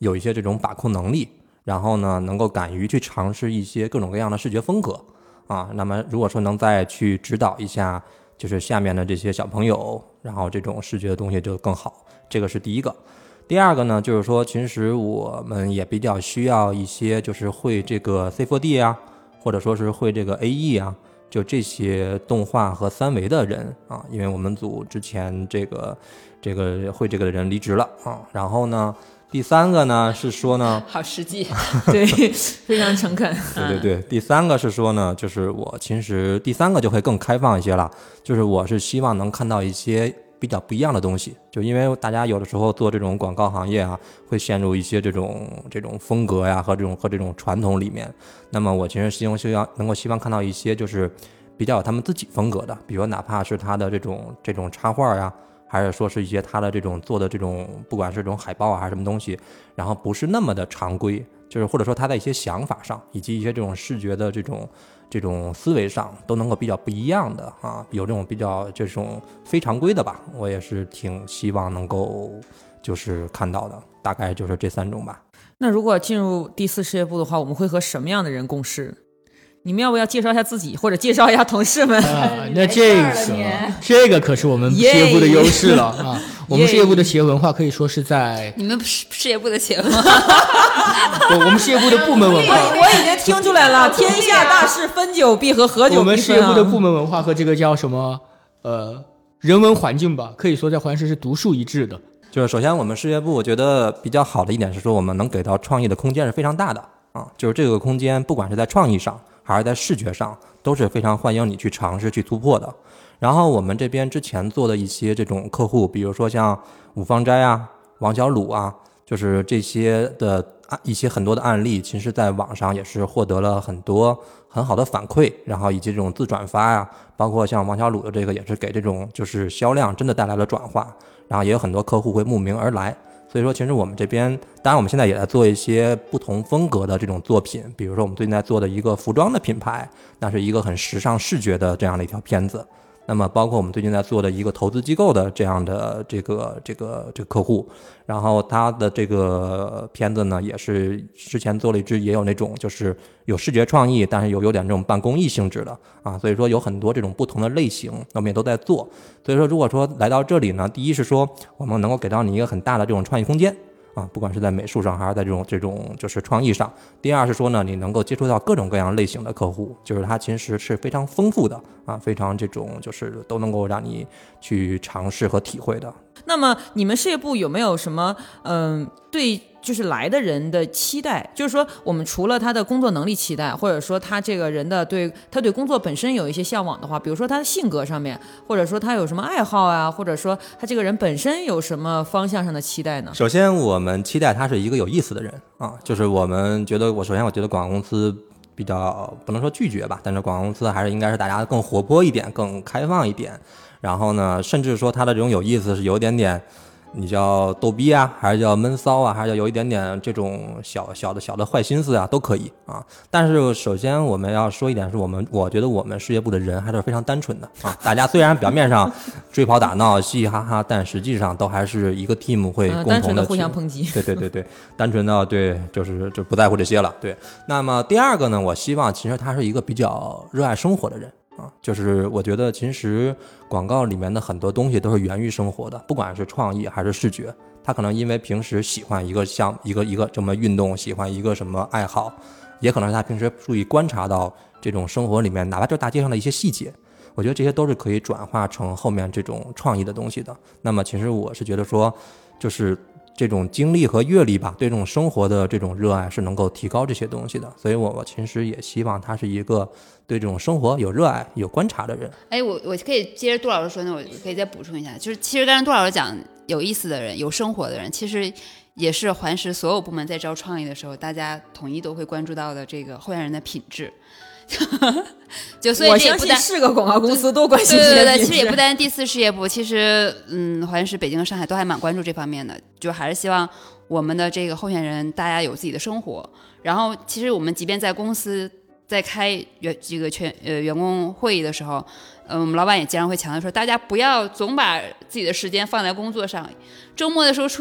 有一些这种把控能力，然后呢能够敢于去尝试一些各种各样的视觉风格啊。那么如果说能再去指导一下就是下面的这些小朋友，然后这种视觉的东西就更好，这个是第一个。第二个呢，就是说其实我们也比较需要一些就是会这个 C 四 D 啊，或者说是会这个 A E 啊，就这些动画和三维的人啊，因为我们组之前这个这个会这个的人离职了啊。然后呢第三个呢是说呢好实际对，非常诚恳对对对，第三个是说呢，就是我其实第三个就会更开放一些了，就是我是希望能看到一些比较不一样的东西，就因为大家有的时候做这种广告行业啊，会陷入一些这种这种风格呀和这种和这种传统里面。那么我其实希望希望能够希望看到一些就是比较有他们自己风格的，比如哪怕是他的这种这种插画呀，还是说是一些他的这种做的这种不管是这种海报啊还是什么东西，然后不是那么的常规，就是或者说他在一些想法上以及一些这种视觉的这种这种思维上都能够比较不一样的啊，有这种比较这种非常规的吧，我也是挺希望能够就是看到的，大概就是这三种吧。 那如果进入第四事业部的话，我们会和什么样的人共事？你们要不要介绍一下自己，或者介绍一下同事们？ 啊，那这个这个可是我们事业部的优势了啊！我们事业部的企业文化可以说是在你们事业部的企业文化我我们事业部的部门文化我我已经听出来了，天下大事分久必合，合久必分、啊、 我们事业部的部门文化和这个叫什么呃人文环境吧，可以说在环市是独树一帜的。 就是首先我们事业部我觉得比较好的一点是说，我们能给到创意的空间是非常大的啊，就是这个空间不管是在创意上还是在视觉上都是非常欢迎你去尝试去突破的。然后我们这边之前做的一些这种客户，比如说像五芳斋啊、王小鲁啊，就是这些的一些很多的案例，其实在网上也是获得了很多很好的反馈，然后以及这种自转发呀、啊，包括像王小鲁的这个也是给这种就是销量真的带来了转化，然后也有很多客户会慕名而来。所以说其实我们这边当然我们现在也在做一些不同风格的这种作品，比如说我们最近在做的一个服装的品牌，那是一个很时尚视觉的这样的一条片子。那么包括我们最近在做的一个投资机构的这样的这个这个这个客户，然后他的这个片子呢也是之前做了一支也有那种就是有视觉创意，但是有有点这种半公益性质的啊，所以说有很多这种不同的类型我们也都在做。所以说如果说来到这里呢，第一是说我们能够给到你一个很大的这种创意空间啊，不管是在美术上还是在这种这种就是创意上。第二是说呢，你能够接触到各种各样类型的客户，就是它其实是非常丰富的啊，非常这种就是都能够让你去尝试和体会的。 那么你们事业部有没有什么嗯、呃、对就是来的人的期待，就是说我们除了他的工作能力期待，或者说他这个人的对他对工作本身有一些向往的话，比如说他的性格上面，或者说他有什么爱好啊，或者说他这个人本身有什么方向上的期待呢？ 首先我们期待他是一个有意思的人啊，就是我们觉得我首先我觉得广告公司比较不能说拒绝吧，但是广告公司还是应该是大家更活泼一点，更开放一点，然后呢甚至说他的这种有意思是有一点点你叫逗逼啊，还是叫闷骚啊，还是叫有一点点这种小小的小的坏心思啊，都可以啊。但是首先我们要说一点是我们我觉得我们事业部的人还是非常单纯的啊，大家虽然表面上追跑打闹嘻嘻哈哈，但实际上都还是一个 team 会共同的、呃、 单纯的互相抨击。 对对对对，单纯的对就是就不在乎这些了。对，那么第二个呢，我希望其实他是一个比较热爱生活的人。啊，就是我觉得其实广告里面的很多东西都是源于生活的，不管是创意还是视觉，他可能因为平时喜欢一个像一个一个这么运动，喜欢一个什么爱好，也可能是他平时注意观察到这种生活里面哪怕就大街上的一些细节，我觉得这些都是可以转化成后面这种创意的东西的。那么其实我是觉得说就是这种经历和阅历吧，对这种生活的这种热爱是能够提高这些东西的，所以我我其实也希望他是一个对这种生活有热爱有观察的人。 哎，我我可以接着杜老师说，那我可以再补充一下，就是其实刚才杜老师讲有意思的人有生活的人，其实也是环视所有部门在招创意的时候大家统一都会关注到的这个候选人的品质。就所以我相信是个广告公司都关心这些。 对对对，其实也不单第四事业部，其实嗯，好像是北京和上海都还蛮关注这方面的，就还是希望我们的这个候选人大家有自己的生活。然后其实我们即便在公司在开员这个全呃员工会议的时候，嗯、呃，我们老板也经常会强调说，大家不要总把自己的时间放在工作上，周末的时候出去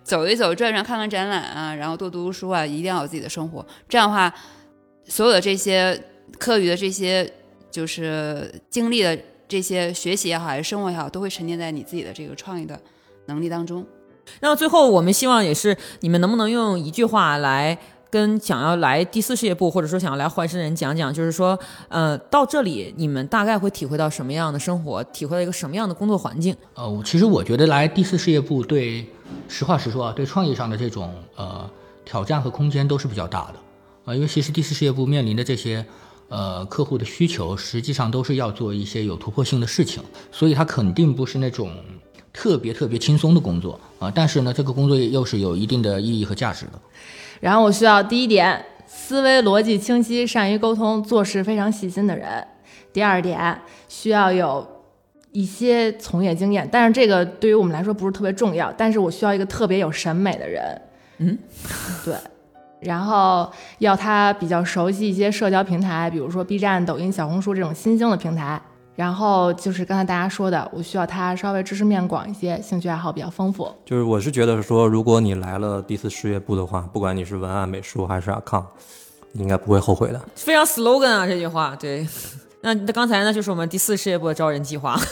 走一走、转转、看看展览啊，然后多读读书啊，一定要有自己的生活。这样的话，所有的这些课余的这些就是经历的这些学习也好，还是生活也好，都会沉淀在你自己的这个创意的能力当中。 然后最后我们希望也是你们能不能用一句话来跟想要来第四事业部或者说想要来环视的人讲讲，就是说呃，到这里你们大概会体会到什么样的生活，体会到一个什么样的工作环境。 呃，其实我觉得来第四事业部对实话实说啊，对创意上的这种呃挑战和空间都是比较大的啊、呃，因为其实第四事业部面临的这些呃客户的需求实际上都是要做一些有突破性的事情，所以它肯定不是那种特别特别轻松的工作啊、呃，但是呢这个工作又是有一定的意义和价值的。 然后我需要第一点，思维逻辑清晰，善于沟通，做事非常细心的人。第二点，需要有一些从业经验，但是这个对于我们来说不是特别重要，但是我需要一个特别有审美的人。 嗯， 对。然后要他比较熟悉一些社交平台，比如说 B 站、抖音、小红书这种新兴的平台。然后就是刚才大家说的，我需要他稍微知识面广一些，兴趣爱好比较丰富。 就是我是觉得说，如果你来了第四事业部的话，不管你是文案、美术还是 account， 你应该不会后悔的。 非常 slogan 啊，这句话。对，那刚才呢就是我们第四事业部的招人计划。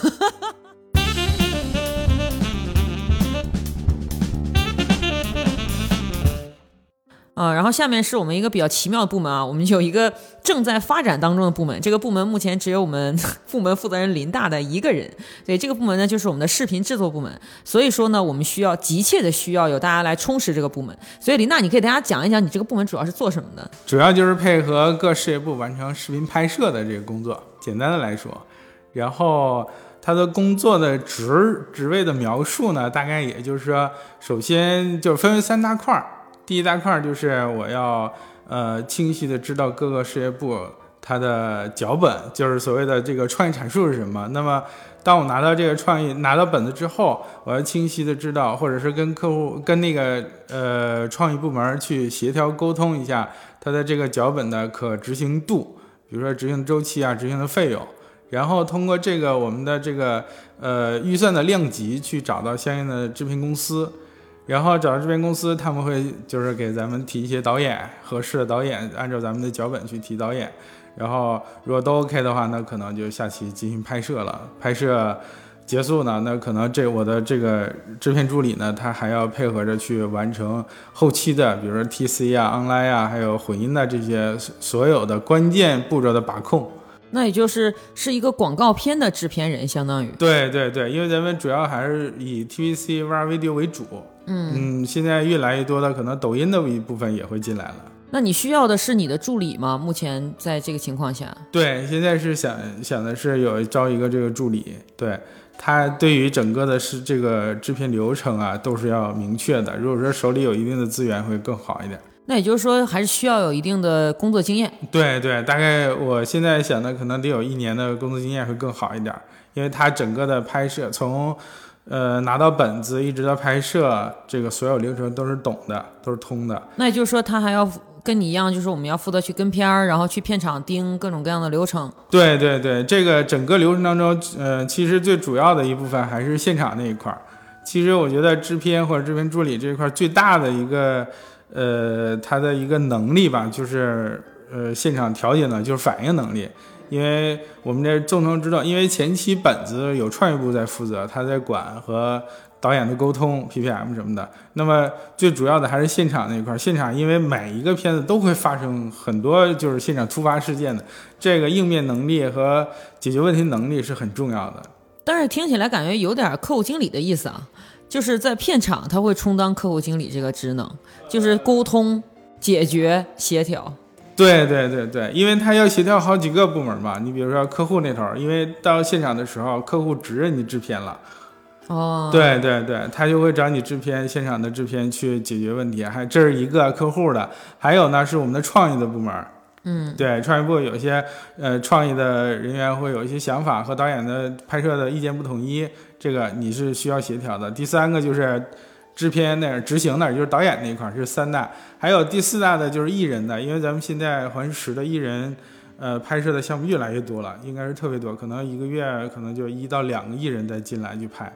啊，然后下面是我们一个比较奇妙的部门啊，我们有一个正在发展当中的部门，这个部门目前只有我们部门负责人林大的一个人，对，这个部门呢就是我们的视频制作部门，所以说呢我们需要急切的需要有大家来充实这个部门，所以林大你可以给大家讲一讲你这个部门主要是做什么的？ 主要就是配合各事业部完成视频拍摄的这个工作，简单的来说，然后他的工作的职职位的描述呢，大概也就是说，首先就分为三大块。第一大块就是我要呃清晰的知道各个事业部它的脚本，就是所谓的这个创意阐述是什么。那么当我拿到这个创意拿到本子之后，我要清晰的知道，或者是跟客户跟那个呃创意部门去协调沟通一下它的这个脚本的可执行度，比如说执行周期啊、执行的费用，然后通过这个我们的这个呃预算的量级去找到相应的制片公司。然后找到制片公司，他们会就是给咱们提一些导演，合适的导演，按照咱们的脚本去提导演。然后如果都 OK 的话，那可能就下期进行拍摄了。拍摄结束呢，那可能这我的这个制片助理呢，他还要配合着去完成后期的，比如说 T C 啊、online 啊，还有混音的这些所有的关键步骤的把控。 那也就是是一个广告片的制片人，相当于。 对对对，因为咱们主要还是以 T V C、V R Video 为主。嗯嗯，现在越来越多的可能抖音的一部分也会进来了。 那你需要的是你的助理吗？目前在这个情况下？ 对，现在是想想的是有招一个这个助理，对他对于整个的是这个制片流程啊都是要明确的。如果说手里有一定的资源会更好一点。 那也就是说还是需要有一定的工作经验。 对对，大概我现在想的可能得有一年的工作经验会更好一点，因为他整个的拍摄从呃拿到本子一直到拍摄，这个所有流程都是懂的，都是通的。 那也就是说他还要跟你一样，就是我们要负责去跟片儿，然后去片场盯各种各样的流程。 对对对，这个整个流程当中呃其实最主要的一部分还是现场那一块。其实我觉得制片或者制片助理这一块最大的一个呃，他的一个能力吧，就是呃，现场调节呢，就是反应能力。因为我们这众筹知道，因为前期本子有创意部在负责，他在管和导演的沟通 P P M 什么的。那么最主要的还是现场那一块，现场因为每一个片子都会发生很多就是现场突发事件的，这个应变能力和解决问题能力是很重要的。 但是听起来感觉有点客户经理的意思啊。就是在片场他会充当客户经理这个职能，就是沟通、解决、协调。 对对对对，因为他要协调好几个部门嘛。你比如说客户那头，因为到现场的时候客户只认你制片了。 哦， 对对对，他就会找你制片，现场的制片去解决问题。还这是一个客户的，还有呢是我们的创意的部门。 嗯， 对，创意部有些呃创意的人员会有一些想法和导演的拍摄的意见不统一，这个你是需要协调的。第三个就是制片那儿执行那儿，就是导演那一块是三大，还有第四大的就是艺人的，因为咱们现在环视的艺人呃拍摄的项目越来越多了，应该是特别多，可能一个月可能就一到两个艺人再进来去拍。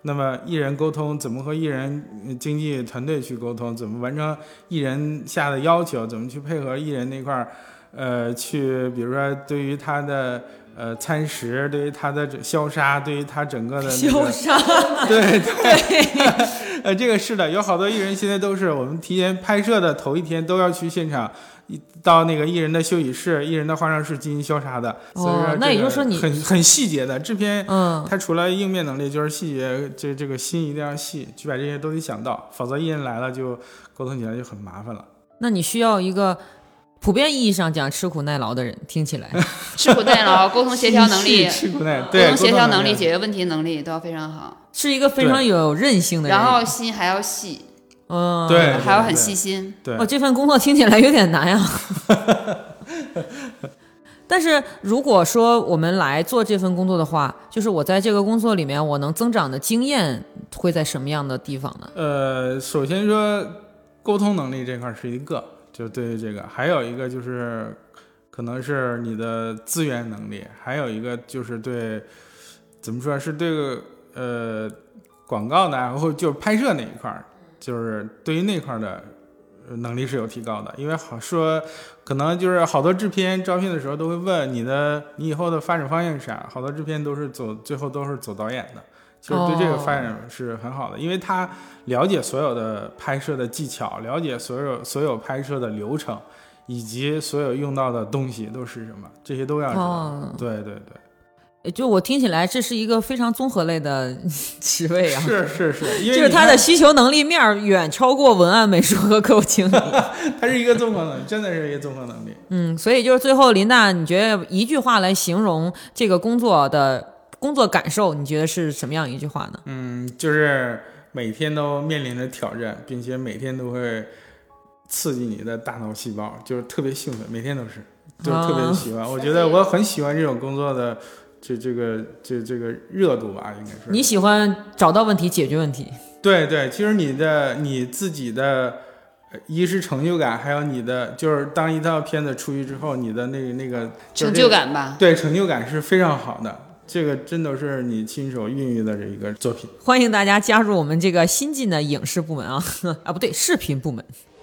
那么艺人沟通怎么和艺人经纪团队去沟通，怎么完成艺人下的要求，怎么去配合艺人那块儿，呃，去比如说对于他的呃餐食，对于他的消杀，对于他整个的、那消个、 杀， 对对，呃，这个是的，有好多艺人现在都是我们提前拍摄的头一天都要去现场。到那个艺人的休息室、艺人的化妆室进行消杀的， 哦、 所以说那也就是说你很很细节的制片， 嗯， 他除了应变能力，就是细节，这这个心一定要细，去把这些都得想到，否则艺人来了就沟通起来就很麻烦了。 那你需要一个普遍意义上讲吃苦耐劳的人，听起来吃苦耐劳、沟通协调能力、 吃苦耐对沟通协调能力、解决问题能力都要非常好， 是一个非常有韧性的人， 然后心还要细。 嗯， 对， 还要很细心。 对， 哦，这份工作听起来有点难呀。但是如果说我们来做这份工作的话，就是我在这个工作里面，我能增长的经验会在什么样的地方呢？ 呃，首先说沟通能力这块是一个，就对于这个，还有一个就是可能是你的资源能力，还有一个就是对，怎么说是对呃广告呢，然后就是拍摄那一块。就是对于那块的能力是有提高的，因为好说，可能就是好多制片招聘的时候都会问你的，你以后的发展方向是啥？好多制片都是走，最后都是走导演的，其实对这个发展是很好的，因为他了解所有的拍摄的技巧，了解所有所有拍摄的流程，以及所有用到的东西都是什么，这些都要知道。哦、对对对。 就我听起来，这是一个非常综合类的职位啊！ 是是是，因为就是他的需求能力面远超过文案、美术和客户经理， 它是一个综合能力，真的是一个综合能力。 嗯，所以就是最后，林大，你觉得一句话来形容这个工作的工作感受，你觉得是什么样一句话呢？ 嗯，就是每天都面临着挑战，并且每天都会刺激你的大脑细胞，就是特别兴奋，每天都是，就是特别喜欢。啊、我觉得我很喜欢这种工作的。这这个这这个热度吧，应该是你喜欢找到问题解决问题。 对对，其实你的你自己的一是成就感，还有你的就是当一套片子出去之后，你的那那个、 就是、成就感吧。 对，成就感是非常好的。这个真的是你亲手孕育的这一个作品。 欢迎大家加入我们这个新进的影视部门啊啊不对，视频部门。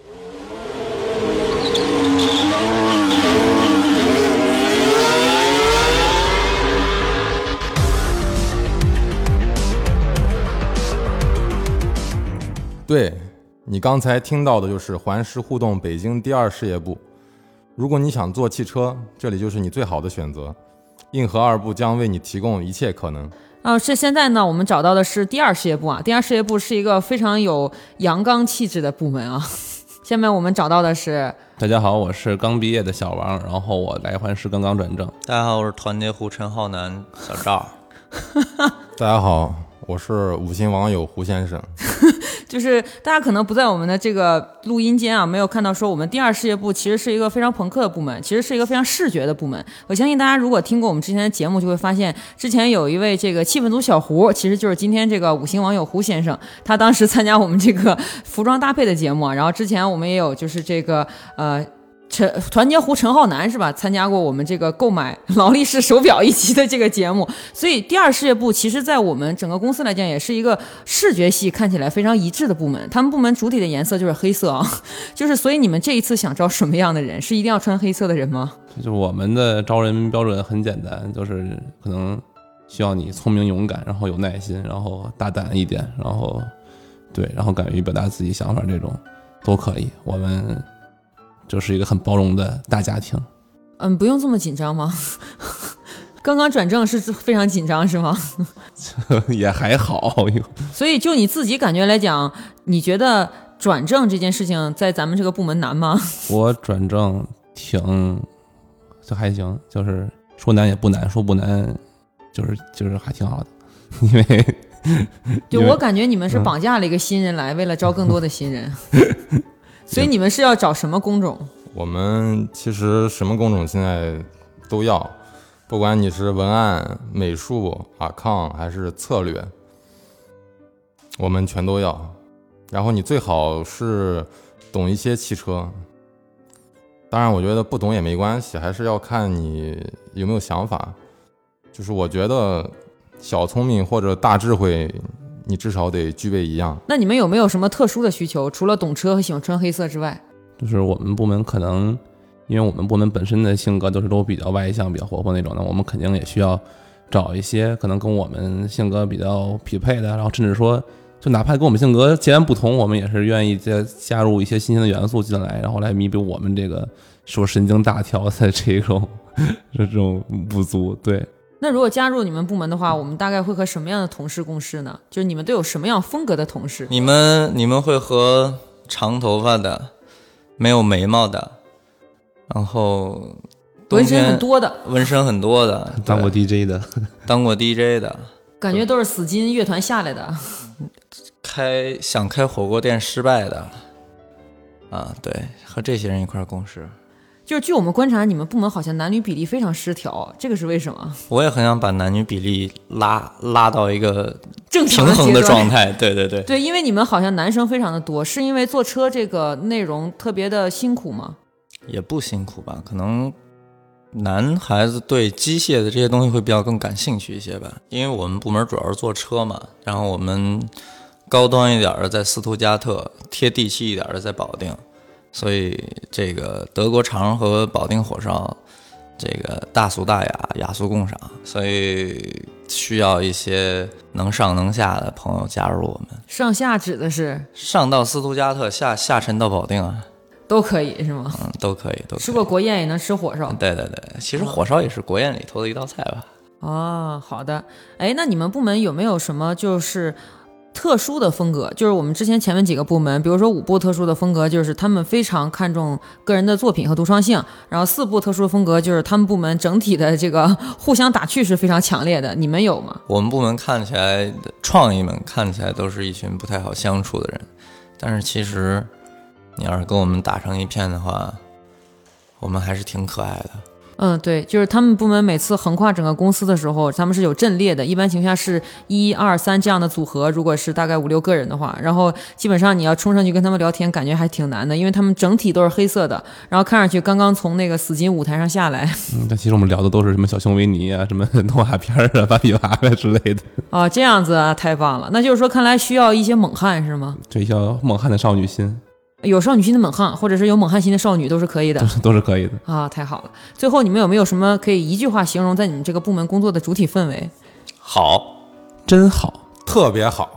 对，你刚才听到的就是环视互动北京第二事业部。如果你想做汽车，这里就是你最好的选择。硬核二部将为你提供一切可能。 啊，是现在呢，我们找到的是第二事业部啊。第二事业部是一个非常有阳刚气质的部门啊。下面我们找到的是， 大家好，我是刚毕业的小王，然后我来环视刚刚转正。 大家好，我是团结湖陈浩南小赵。 大家好，我是五星网友胡先生。 就是大家可能不在我们的这个录音间啊，没有看到说我们第二事业部其实是一个非常朋克的部门，其实是一个非常视觉的部门。我相信大家如果听过我们之前的节目，就会发现之前有一位这个气氛组小胡，其实就是今天这个五星网友胡先生，他当时参加我们这个服装搭配的节目，然后之前我们也有就是这个呃。陈团结湖陈浩南是吧？参加过我们这个购买劳力士手表一期的这个节目，所以第二事业部其实在我们整个公司来讲，也是一个视觉系看起来非常一致的部门。他们部门主体的颜色就是黑色啊，就是所以你们这一次想招什么样的人？是一定要穿黑色的人吗？ 就是我们的招人标准很简单，就是可能需要你聪明勇敢，然后有耐心，然后大胆一点，然后对，然后敢于表达自己想法，这种都可以。我们就是一个很包容的大家庭。 嗯，不用这么紧张吗？刚刚转正是非常紧张是吗？ 也还好。 所以就你自己感觉来讲，你觉得转正这件事情在咱们这个部门难吗？ 我转正挺就还行，就是说难也不难，说不难就是就是还挺好的。因为就我感觉你们是绑架了一个新人来，嗯、为了招更多的新人。所以你们是要找什么工种？ 我们其实什么工种现在都要，不管你是文案、美术、account 还是策略，我们全都要。然后你最好是懂一些汽车，当然我觉得不懂也没关系，还是要看你有没有想法。就是我觉得小聪明或者大智慧你至少得具备一样。 那你们有没有什么特殊的需求？除了懂车和喜欢穿黑色之外， 就是我们部门可能，因为我们部门本身的性格都是都比较外向、比较活泼那种的，我们肯定也需要找一些可能跟我们性格比较匹配的，然后甚至说，就哪怕跟我们性格截然不同，我们也是愿意加加入一些新鲜的元素进来，然后来弥补我们这个说神经大条的这种这种不足。对。 那如果加入你们部门的话，我们大概会和什么样的同事共事呢？就是你们都有什么样风格的同事？ 你们你们会和长头发的，没有眉毛的，然后纹身很多的， 纹身很多的， 当过 D J 的， 当过 D J 的， 感觉都是死金乐团下来的， 开想开火锅店失败的，啊，对，和这些人一块共事。 就是据我们观察，你们部门好像男女比例非常失调，这个是为什么？ 我也很想把男女比例拉拉到一个正常平衡的状态。对对对对，因为你们好像男生非常的多，是因为坐车这个内容特别的辛苦吗？ 也不辛苦吧，可能男孩子对机械的这些东西会比较更感兴趣一些吧。因为我们部门主要是做车嘛，然后我们高端一点的在斯图加特，贴地气一点的在保定。所以这个德国肠和保定火烧，这个大俗大雅，雅俗共赏，所以需要一些能上能下的朋友加入我们。 上下指的是上到斯图加特，下下沉到保定啊， 都可以是吗？ 嗯，都可以，都可以。 吃过国宴也能吃火烧。 对对对，其实火烧也是国宴里头的一道菜吧。 哦，好的。哎，那你们部门有没有什么就是特殊的风格？就是我们之前前面几个部门，比如说五部特殊的风格，就是他们非常看重个人的作品和独创性，然后四部特殊的风格就是他们部门整体的这个互相打趣是非常强烈的，你们有吗？ 我们部门看起来创意们看起来都是一群不太好相处的人，但是其实你要是跟我们打成一片的话，我们还是挺可爱的。 嗯，对，就是他们部门每次横跨整个公司的时候，他们是有阵列的，一般情况下是一二三这样的组合，如果是大概五六个人的话，然后基本上你要冲上去跟他们聊天，感觉还挺难的，因为他们整体都是黑色的，然后看上去刚刚从那个死金舞台上下来。 嗯，但其实我们聊的都是什么小熊维尼啊，什么动画片啊，芭比娃娃之类的。 哦，这样子啊，太棒了。那就是说看来需要一些猛汉是吗？ 这叫猛汉的少女心。 有少女心的猛汉，或者是有猛汉心的少女，都是可以的， 都是都是可以的啊！太好了。最后，你们有没有什么可以一句话形容在你们这个部门工作的主体氛围？ 好， 真好， 特别好。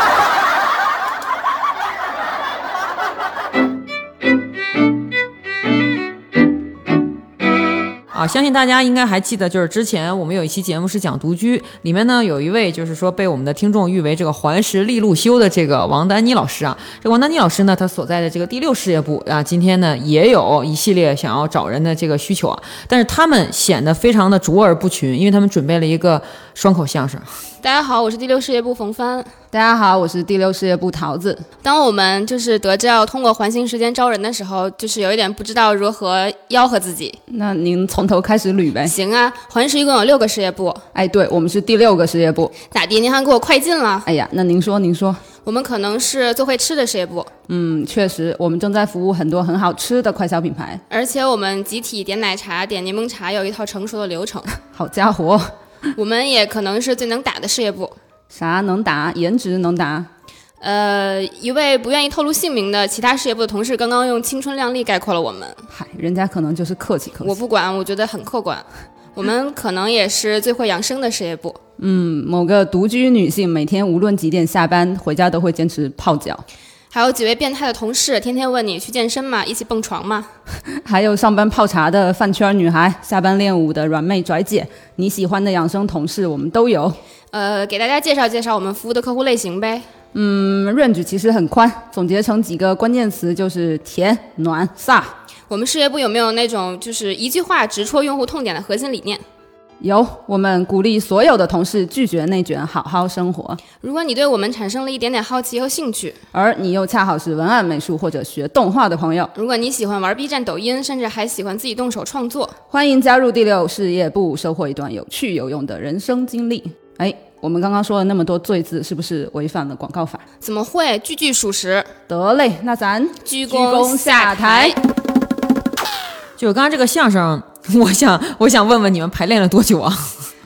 啊，相信大家应该还记得，就是之前我们有一期节目是讲独居，里面呢有一位就是说被我们的听众誉为这个环食利路修的这个王丹妮老师啊。这个王丹妮老师呢，他所在的这个第六事业部啊，今天呢也有一系列想要找人的这个需求啊，但是他们显得非常的卓尔不群，因为他们准备了一个双口相声。 大家好，我是第六事业部冯帆。 大家好，我是第六事业部桃子。 当我们就是得知要通过环形时间招人的时候，就是有一点不知道如何吆喝自己。 那您从头开始捋呗。 行啊，环食一共有六个事业部。 哎，对，我们是第六个事业部。 咋地？您还给我快进了？ 哎呀，那您说，您说。 我们可能是最会吃的事业部。 嗯，确实，我们正在服务很多很好吃的快消品牌。 而且我们集体点奶茶、点柠檬茶有一套成熟的流程。 好家伙！ 我们也可能是最能打的事业部。 啥能打？颜值能打？ 呃，一位不愿意透露姓名的其他事业部的同事刚刚用青春靓丽概括了我们。 嗨，人家可能就是客气客气。 我不管，我觉得很客观。我们可能也是最会养生的事业部。 嗯，某个独居女性每天无论几点下班回家都会坚持泡脚。 还有几位变态的同事，天天问你去健身吗？一起蹦床吗？ 还有上班泡茶的饭圈女孩，下班练舞的软妹拽姐，你喜欢的养生同事我们都有。 呃，给大家介绍介绍我们服务的客户类型呗。 嗯 range 其实很宽，总结成几个关键词就是甜、暖、飒。 我们事业部有没有那种就是一句话直戳用户痛点的核心理念？ 有，我们鼓励所有的同事拒绝内卷，好好生活。 如果你对我们产生了一点点好奇和兴趣， 而你又恰好是文案美术或者学动画的朋友， 如果你喜欢玩 B 站、抖音，甚至还喜欢自己动手创作， 欢迎加入第六事业部，收获一段有趣有用的人生经历。哎，我们刚刚说了那么多罪字，是不是违反了广告法？ 怎么会？句句属实。 得嘞，那咱鞠躬下台。 就是刚刚这个相声，我想我想问问你们排练了多久啊？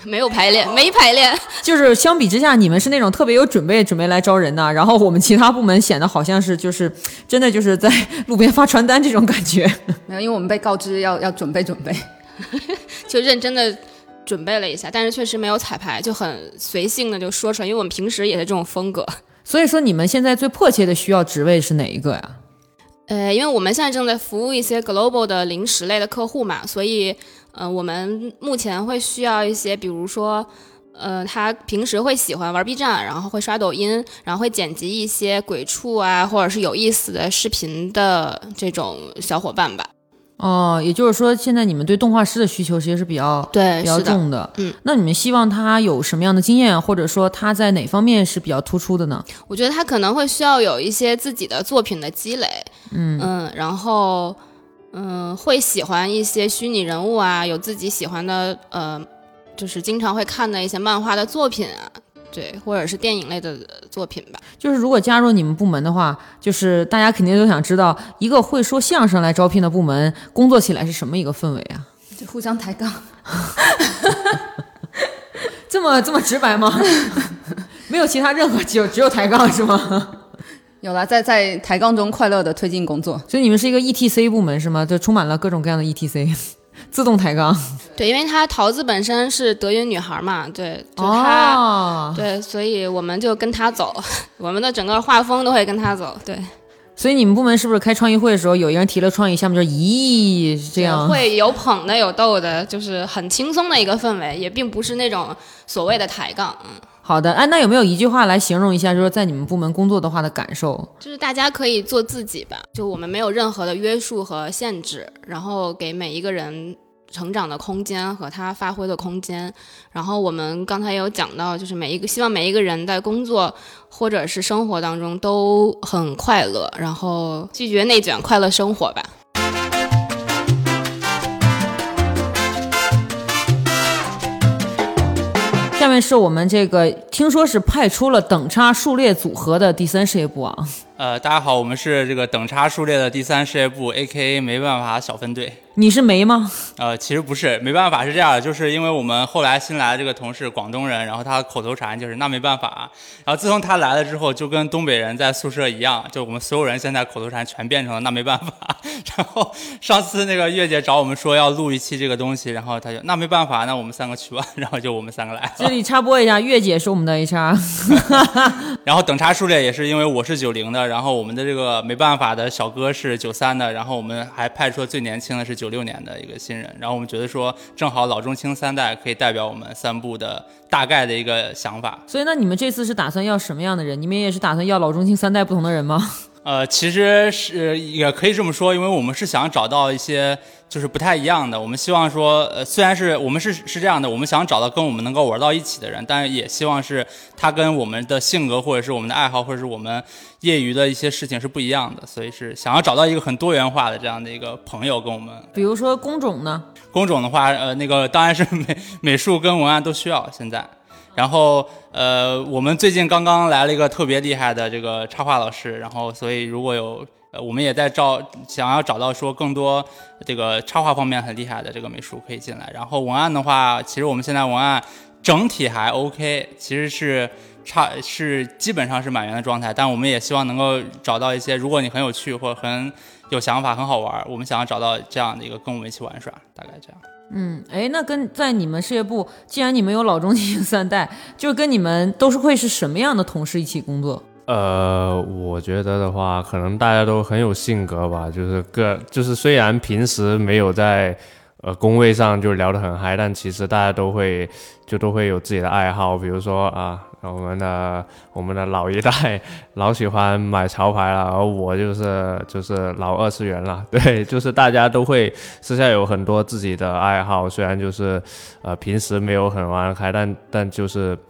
没有排练，没排练。 就是相比之下，你们是那种特别有准备，准备来招人的，然后我们其他部门显得好像是就是真的就是在路边发传单这种感觉。 没有，因为我们被告知要要准备准备， 就认真的准备了一下，但是确实没有彩排，就很随性的就说出来，因为我们平时也是这种风格。 所以说你们现在最迫切的需要职位是哪一个呀？ 呃，因为我们现在正在服务一些 global 的零食类的客户嘛，所以呃，我们目前会需要一些，比如说，呃，他平时会喜欢玩 B 站，然后会刷抖音，然后会剪辑一些鬼畜啊，或者是有意思的视频的这种小伙伴吧。 哦，也就是说，现在你们对动画师的需求其实是比较对比较重的。嗯， 那你们希望他有什么样的经验，或者说他在哪方面是比较突出的呢？ 我觉得他可能会需要有一些自己的作品的积累， 嗯嗯，然后嗯，会喜欢一些虚拟人物啊，有自己喜欢的呃，就是经常会看的一些漫画的作品啊。对，或者是电影类的作品吧。 就是如果加入你们部门的话，就是大家肯定都想知道，一个会说相声来招聘的部门，工作起来是什么一个氛围啊？ 就互相抬杠。 这么这么直白吗？没有其他任何，只有只有抬杠是吗？ 有了，在在抬杠中快乐的推进工作。 所以你们是一个 E T C 部门是吗？就充满了各种各样的 E T C。自动抬杠。 对，因为她桃子本身是德云女孩嘛，对，就她、 哦、 对，所以我们就跟她走，我们的整个画风都会跟她走，对。 所以你们部门是不是开创意会的时候，有一个人提了创意，下面就咦这样？ 会有捧的，有逗的，就是很轻松的一个氛围，也并不是那种所谓的抬杠，嗯。 好的，哎，那有没有一句话来形容一下，就是在你们部门工作的话的感受？ 就是大家可以做自己吧，就我们没有任何的约束和限制，然后给每一个人成长的空间和他发挥的空间。然后我们刚才也有讲到，就是每一个希望每一个人在工作或者是生活当中都很快乐，然后拒绝内卷，快乐生活吧。 下面是我们这个听说是派出了等差数列组合的第三事业部啊。 呃，大家好，我们是这个等差数列的第三事业部 A K A 没办法小分队。 你是没吗？ 呃，其实不是，没办法是这样的，就是因为我们后来新来的这个同事广东人，然后他的口头禅就是那没办法，然后自从他来了之后，就跟东北人在宿舍一样，就我们所有人现在口头禅全变成了那没办法。然后上次那个月姐找我们说要录一期这个东西，然后他就那没办法，那我们三个去吧，然后就我们三个来了。 这里插播一下，月姐是我们的 H R。 然后等差数列也是因为我是九零的，然后我们的这个没办法的小哥是九三的，然后我们还派出了最年轻的是九六年的一个新人，然后我们觉得说正好老中青三代可以代表我们三部的大概的一个想法。 所以那你们这次是打算要什么样的人？你们也是打算要老中青三代不同的人吗？ 呃，其实是也可以这么说，因为我们是想找到一些就是不太一样的。我们希望说，呃，虽然是我们是是这样的，我们想找到跟我们能够玩到一起的人，但是也希望是他跟我们的性格或者是我们的爱好或者是我们业余的一些事情是不一样的，所以是想要找到一个很多元化的这样的一个朋友跟我们。 比如说工种呢？ 工种的话，呃，那个当然是美美术跟文案都需要现在。然后呃，我们最近刚刚来了一个特别厉害的这个插画老师，然后所以如果有呃，我们也在招，想要找到说更多这个插画方面很厉害的这个美术可以进来。然后文案的话，其实我们现在文案整体还 OK， 其实是差是基本上是满员的状态，但我们也希望能够找到一些，如果你很有趣或者很有想法很好玩，我们想要找到这样的一个跟我们一起玩耍，大概这样。 嗯，哎，那跟在你们事业部，既然你们有老中青三代，就跟你们都是会是什么样的同事一起工作？ 呃，我觉得的话，可能大家都很有性格吧，就是个就是虽然平时没有在呃工位上就聊得很嗨，但其实大家都会就都会有自己的爱好，比如说啊，我们的我们的老一代老喜欢买潮牌了，而我就是就是老二次元了，对，就是大家都会私下有很多自己的爱好，虽然就是呃平时没有很玩开，但但就是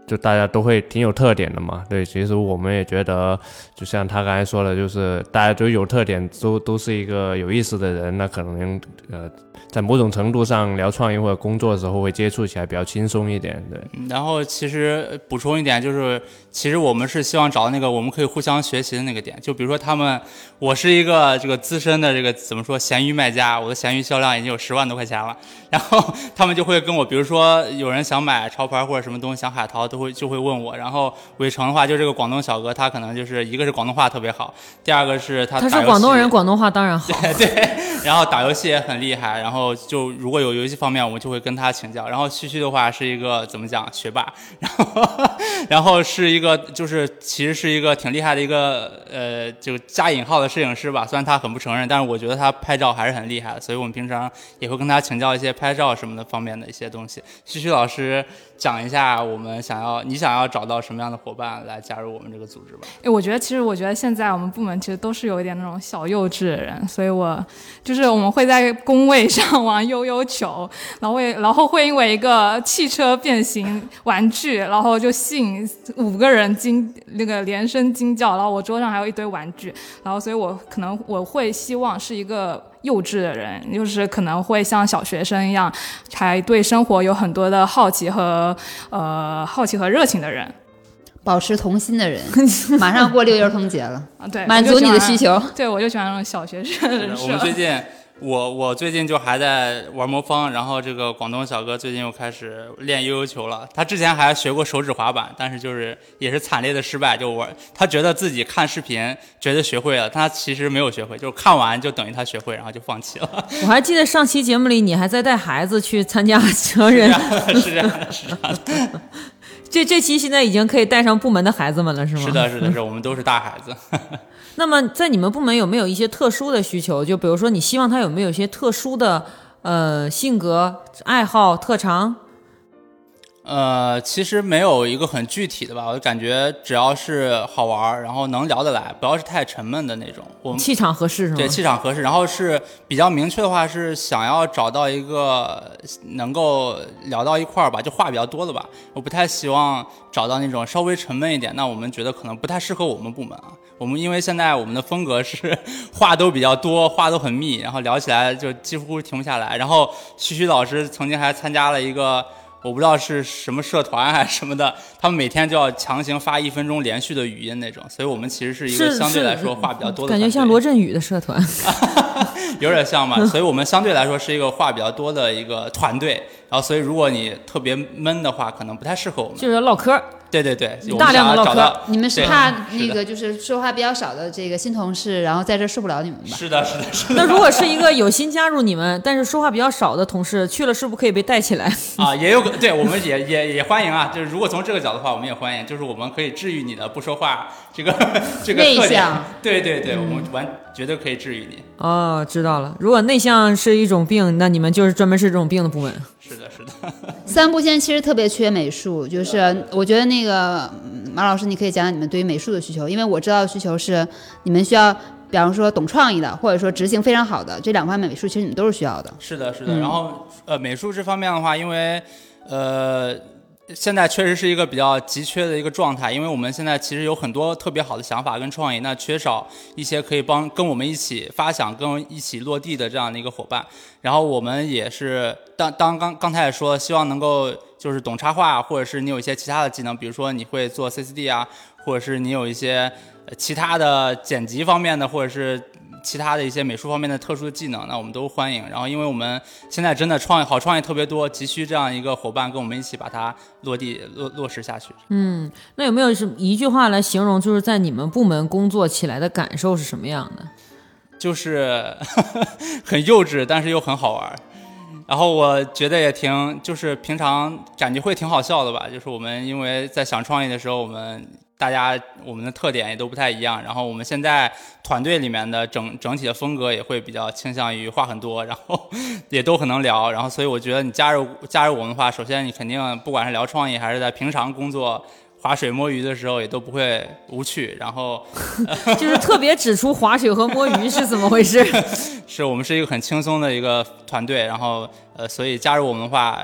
就大家都会挺有特点的嘛。对，其实我们也觉得，就像他刚才说的，就是大家都有特点，都都是一个有意思的人，那可能呃，在某种程度上聊创意或者工作的时候会接触起来比较轻松一点。对。 然后其实补充一点就是，其实我们是希望找到那个我们可以互相学习的那个点。就比如说他们，我是一个这个资深的这个怎么说闲鱼卖家，我的闲鱼销量已经有十万多块钱了。然后他们就会跟我，比如说有人想买潮牌或者什么东西，想海淘，都会就会问我。然后伟成的话，就这个广东小哥，他可能就是一个是广东话特别好，第二个是他他是广东人，广东话当然好。 对对，然后打游戏也很厉害。然后就如果有游戏方面，我们就会跟他请教。然后旭旭的话是一个怎么讲学霸，然后然后是一个就是其实是一个挺厉害的一个呃就加引号的摄影师吧，虽然他很不承认，但是我觉得他拍照还是很厉害的，所以我们平常也会跟他请教一些拍照什么的方面的一些东西。旭旭老师讲一下我们想要你想要找到什么样的伙伴来加入我们这个组织吧。 哎，我觉得其实我觉得现在我们部门其实都是有一点那种小幼稚的人，所以我就是我们会在工位上玩悠悠球，然后会然后会因为一个汽车变形玩具，然后就吸引五个人惊那个连声惊叫，然后我桌上还有一堆玩具，然后所以我可能我会希望是一个幼稚的人，就是可能会像小学生一样，还对生活有很多的好奇和呃好奇和热情的人， 保持童心的人。马上过六一儿童节了啊，对， 满足你的需求。 对，我就喜欢那种小学生的人设。 我们最近。我我最近就还在玩魔方，然后这个广东小哥最近又开始练悠悠球了。他之前还学过手指滑板，但是就是也是惨烈的失败。就玩，他觉得自己看视频觉得学会了，他其实没有学会，就是看完就等于他学会，然后就放弃了。 我还记得上期节目里你还在带孩子去参加成人， 是这样的，是这样的。 这这期现在已经可以带上部门的孩子们了，是吗？ 是的，是的，是我们都是大孩子。 那么在你们部门有没有一些特殊的需求？就比如说你希望他有没有一些特殊的呃性格、爱好、特长？ 呃，其实没有一个很具体的吧，我感觉只要是好玩，然后能聊得来，不要是太沉闷的那种。我们气场合适是吗？ 对，气场合适。然后是比较明确的话，是想要找到一个能够聊到一块儿吧，就话比较多的吧。我不太希望找到那种稍微沉闷一点，那我们觉得可能不太适合我们部门啊。我们因为现在我们的风格是话都比较多，话都很密，然后聊起来就几乎停不下来。然后旭旭老师曾经还参加了一个。我不知道是什么社团还是什么的，他们每天就要强行发一分钟连续的语音那种，所以我们其实是一个相对来说话比较多的， 感觉像罗振宇的社团， 有点像嘛。所以我们相对来说是一个话比较多的一个团队，然后所以如果你特别闷的话，可能不太适合我们， 就是唠嗑。 对对对， 大量的唠嗑。 你们是怕那个就是说话比较少的这个新同事，然后在这受不了你们吧？ 是的，是的，是的。 那如果是一个有心加入你们，但是说话比较少的同事去了，是不是可以被带起来？ 啊，也有可对，我们也也也欢迎啊。就是如果从这个角度的话，我们也欢迎，就是我们可以治愈你的不说话这个这个特点。对对对，嗯、我们完绝对可以治愈你。 哦，知道了。如果内向是一种病，那你们就是专门是这种病的部门。 是的，是的。 三部现在其实特别缺美术，就是我觉得那个马老师，你可以讲讲你们对于美术的需求，因为我知道的需求是你们需要，比方说懂创意的，或者说执行非常好的这两方面美术，其实你们都是需要的。 是的，是的。 嗯、 然后呃，美术这方面的话，因为呃。现在确实是一个比较急缺的一个状态，因为我们现在其实有很多特别好的想法跟创意，那缺少一些可以帮跟我们一起发想、跟我们一起落地的这样的一个伙伴。然后我们也是当当刚刚才也说，希望能够就是懂插画，或者是你有一些其他的技能，比如说你会做 C C D 啊，或者是你有一些其他的剪辑方面的，或者是其他的一些美术方面的特殊的技能，那我们都欢迎。然后因为我们现在真的创意好创意特别多，急需这样一个伙伴跟我们一起把它落地落落实下去。 嗯，那有没有是一句话来形容，就是在你们部门工作起来的感受是什么样的？ 就是呵呵很幼稚，但是又很好玩。然后我觉得也挺，就是平常感觉会挺好笑的吧。就是我们因为在想创意的时候，我们大家我们的特点也都不太一样。然后我们现在团队里面的整整体的风格也会比较倾向于话很多，然后也都很能聊。然后所以我觉得你加入加入我们的话，首先你肯定不管是聊创意还是在平常工作划水摸鱼的时候也都不会无趣，然后就是特别指出划水和摸鱼是怎么回事。 是我们是一个很轻松的一个团队，然后呃，所以加入我们的话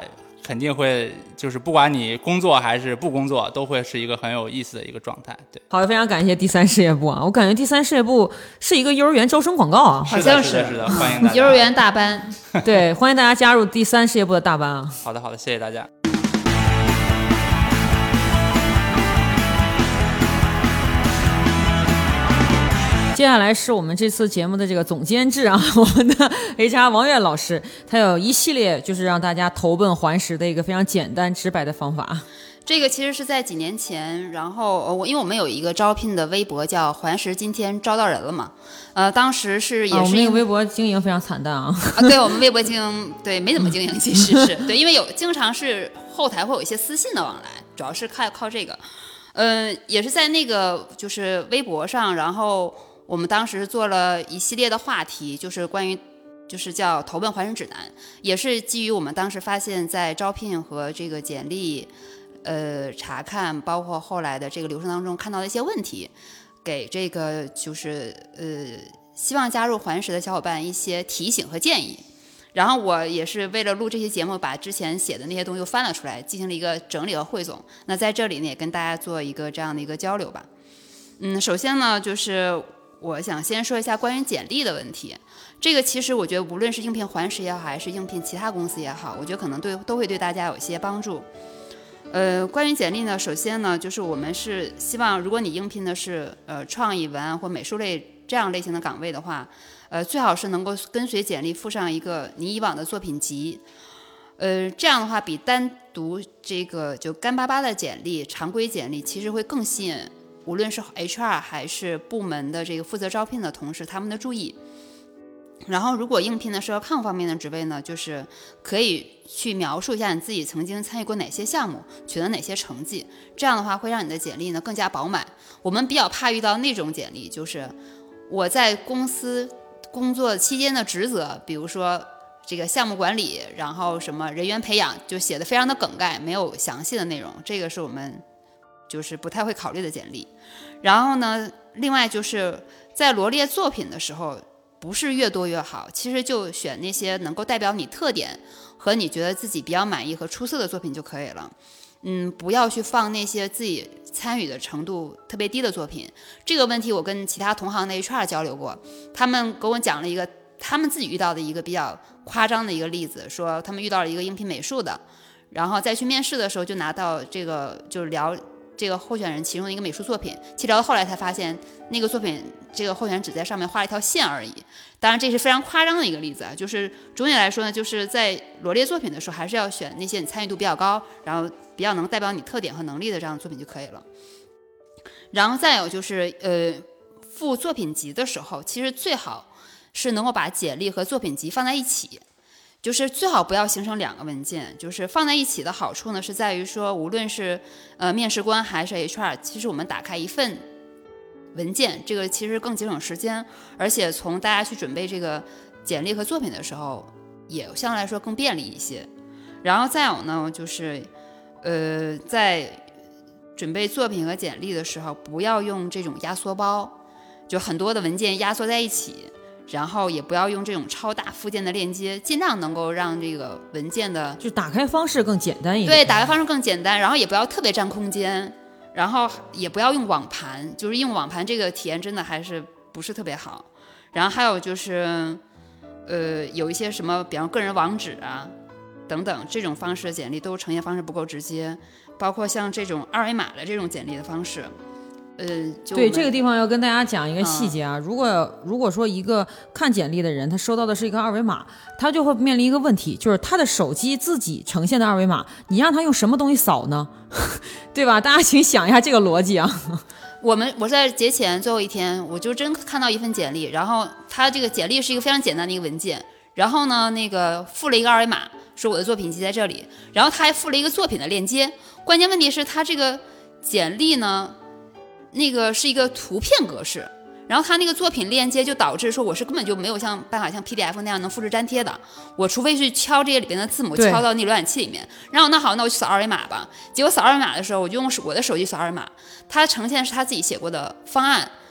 肯定会就是不管你工作还是不工作，都会是一个很有意思的一个状态。对， 好，非常感谢第三事业部啊！我感觉第三事业部是一个幼儿园招生广告啊， 好像是是的，是的，欢迎大家幼儿园大班， 对，欢迎大家加入第三事业部的大班啊！ 好的，好的，谢谢大家。 接下来是我们这次节目的这个总监制啊，我们的 H R 王悦老师，他有一系列就是让大家投奔环石的一个非常简单直白的方法。 这个其实是在几年前，然后我因为我们有一个招聘的微博叫环石今天招到人了嘛，呃，当时是也是、 啊、我们那个微博经营非常惨淡啊， 啊对我们微博经营对没怎么经营，其实是对，因为有经常是后台会有一些私信的往来，主要是靠靠这个，呃，也是在那个就是微博上，然后我们当时做了一系列的话题，就是关于就是叫投奔环石指南，也是基于我们当时发现在招聘和这个简历呃查看，包括后来的这个流程当中看到的一些问题，给这个就是呃希望加入环石的小伙伴一些提醒和建议。然后我也是为了录这期节目，把之前写的那些东西又翻了出来，进行了一个整理和汇总。那在这里呢，也跟大家做一个这样的一个交流吧。嗯，首先呢，就是我想先说一下关于简历的问题。这个其实我觉得无论是应聘环石也好，还是应聘其他公司也好，我觉得可能对都会对大家有些帮助。呃，关于简历呢，首先呢，就是我们是希望，如果你应聘的是呃创意文案或美术类这样类型的岗位的话，呃，最好是能够跟随简历附上一个你以往的作品集。呃，这样的话比单独这个就干巴巴的简历、常规简历，其实会更吸引无论是 H R 还是部门的这个负责招聘的同事他们的注意。然后如果应聘的是抗方面的职位呢，就是可以去描述一下你自己曾经参与过哪些项目，取得哪些成绩，这样的话会让你的简历呢更加饱满。我们比较怕遇到那种简历，就是我在公司工作期间的职责，比如说这个项目管理，然后什么人员培养，就写的非常的梗概，没有详细的内容，这个是我们就是不太会考虑的简历。然后呢，另外就是在罗列作品的时候，不是越多越好，其实就选那些能够代表你特点和你觉得自己比较满意和出色的作品就可以了。嗯，不要去放那些自己参与的程度特别低的作品。这个问题我跟其他同行的 H R 交流过，他们跟我讲了一个他们自己遇到的一个比较夸张的一个例子，说他们遇到了一个应聘美术的，然后再去面试的时候就拿到这个就聊这个候选人其中的一个美术作品，其实聊到后来才发现那个作品这个候选人只在上面画了一条线而已。当然这是非常夸张的一个例子啊，就是总体来说呢，就是在罗列作品的时候还是要选那些你参与度比较高，然后比较能代表你特点和能力的这样的作品就可以了。然后再有就是呃附作品集的时候，其实最好是能够把简历和作品集放在一起，就是最好不要形成两个文件。就是放在一起的好处呢，是在于说无论是呃面试官还是 H R， 其实我们打开一份文件，这个其实更节省时间，而且从大家去准备这个简历和作品的时候也相对来说更便利一些。然后再有呢，就是呃在准备作品和简历的时候，不要用这种压缩包，就很多的文件压缩在一起，然后也不要用这种超大附件的链接，尽量能够让这个文件的就打开方式更简单一点。 对，打开方式更简单，然后也不要特别占空间，然后也不要用网盘，就是用网盘这个体验真的还是不是特别好。然后还有就是呃有一些什么比方个人网址啊等等这种方式的简历都呈现方式不够直接，包括像这种二维码的这种简历的方式。呃，就对这个地方要跟大家讲一个细节啊，嗯、如果如果说一个看简历的人，他收到的是一个二维码，他就会面临一个问题，就是他的手机自己呈现的二维码，你让他用什么东西扫呢？对吧？大家请想一下这个逻辑啊。 我们我在节前最后一天，我就真看到一份简历，然后他这个简历是一个非常简单的一个文件，然后呢，那个附了一个二维码，说我的作品集在这里，然后他还附了一个作品的链接。关键问题是他这个简历呢，那个是一个图片格式，然后他那个作品链接就导致说我是根本就没有像办法像 P D F 那样能复制粘贴的，我除非是敲这些里边的字母，敲到那浏览器里面。然后那好，那我去扫二维码吧。结果扫二维码的时候，我就用我的手机扫二维码，他呈现是他自己写过的方案，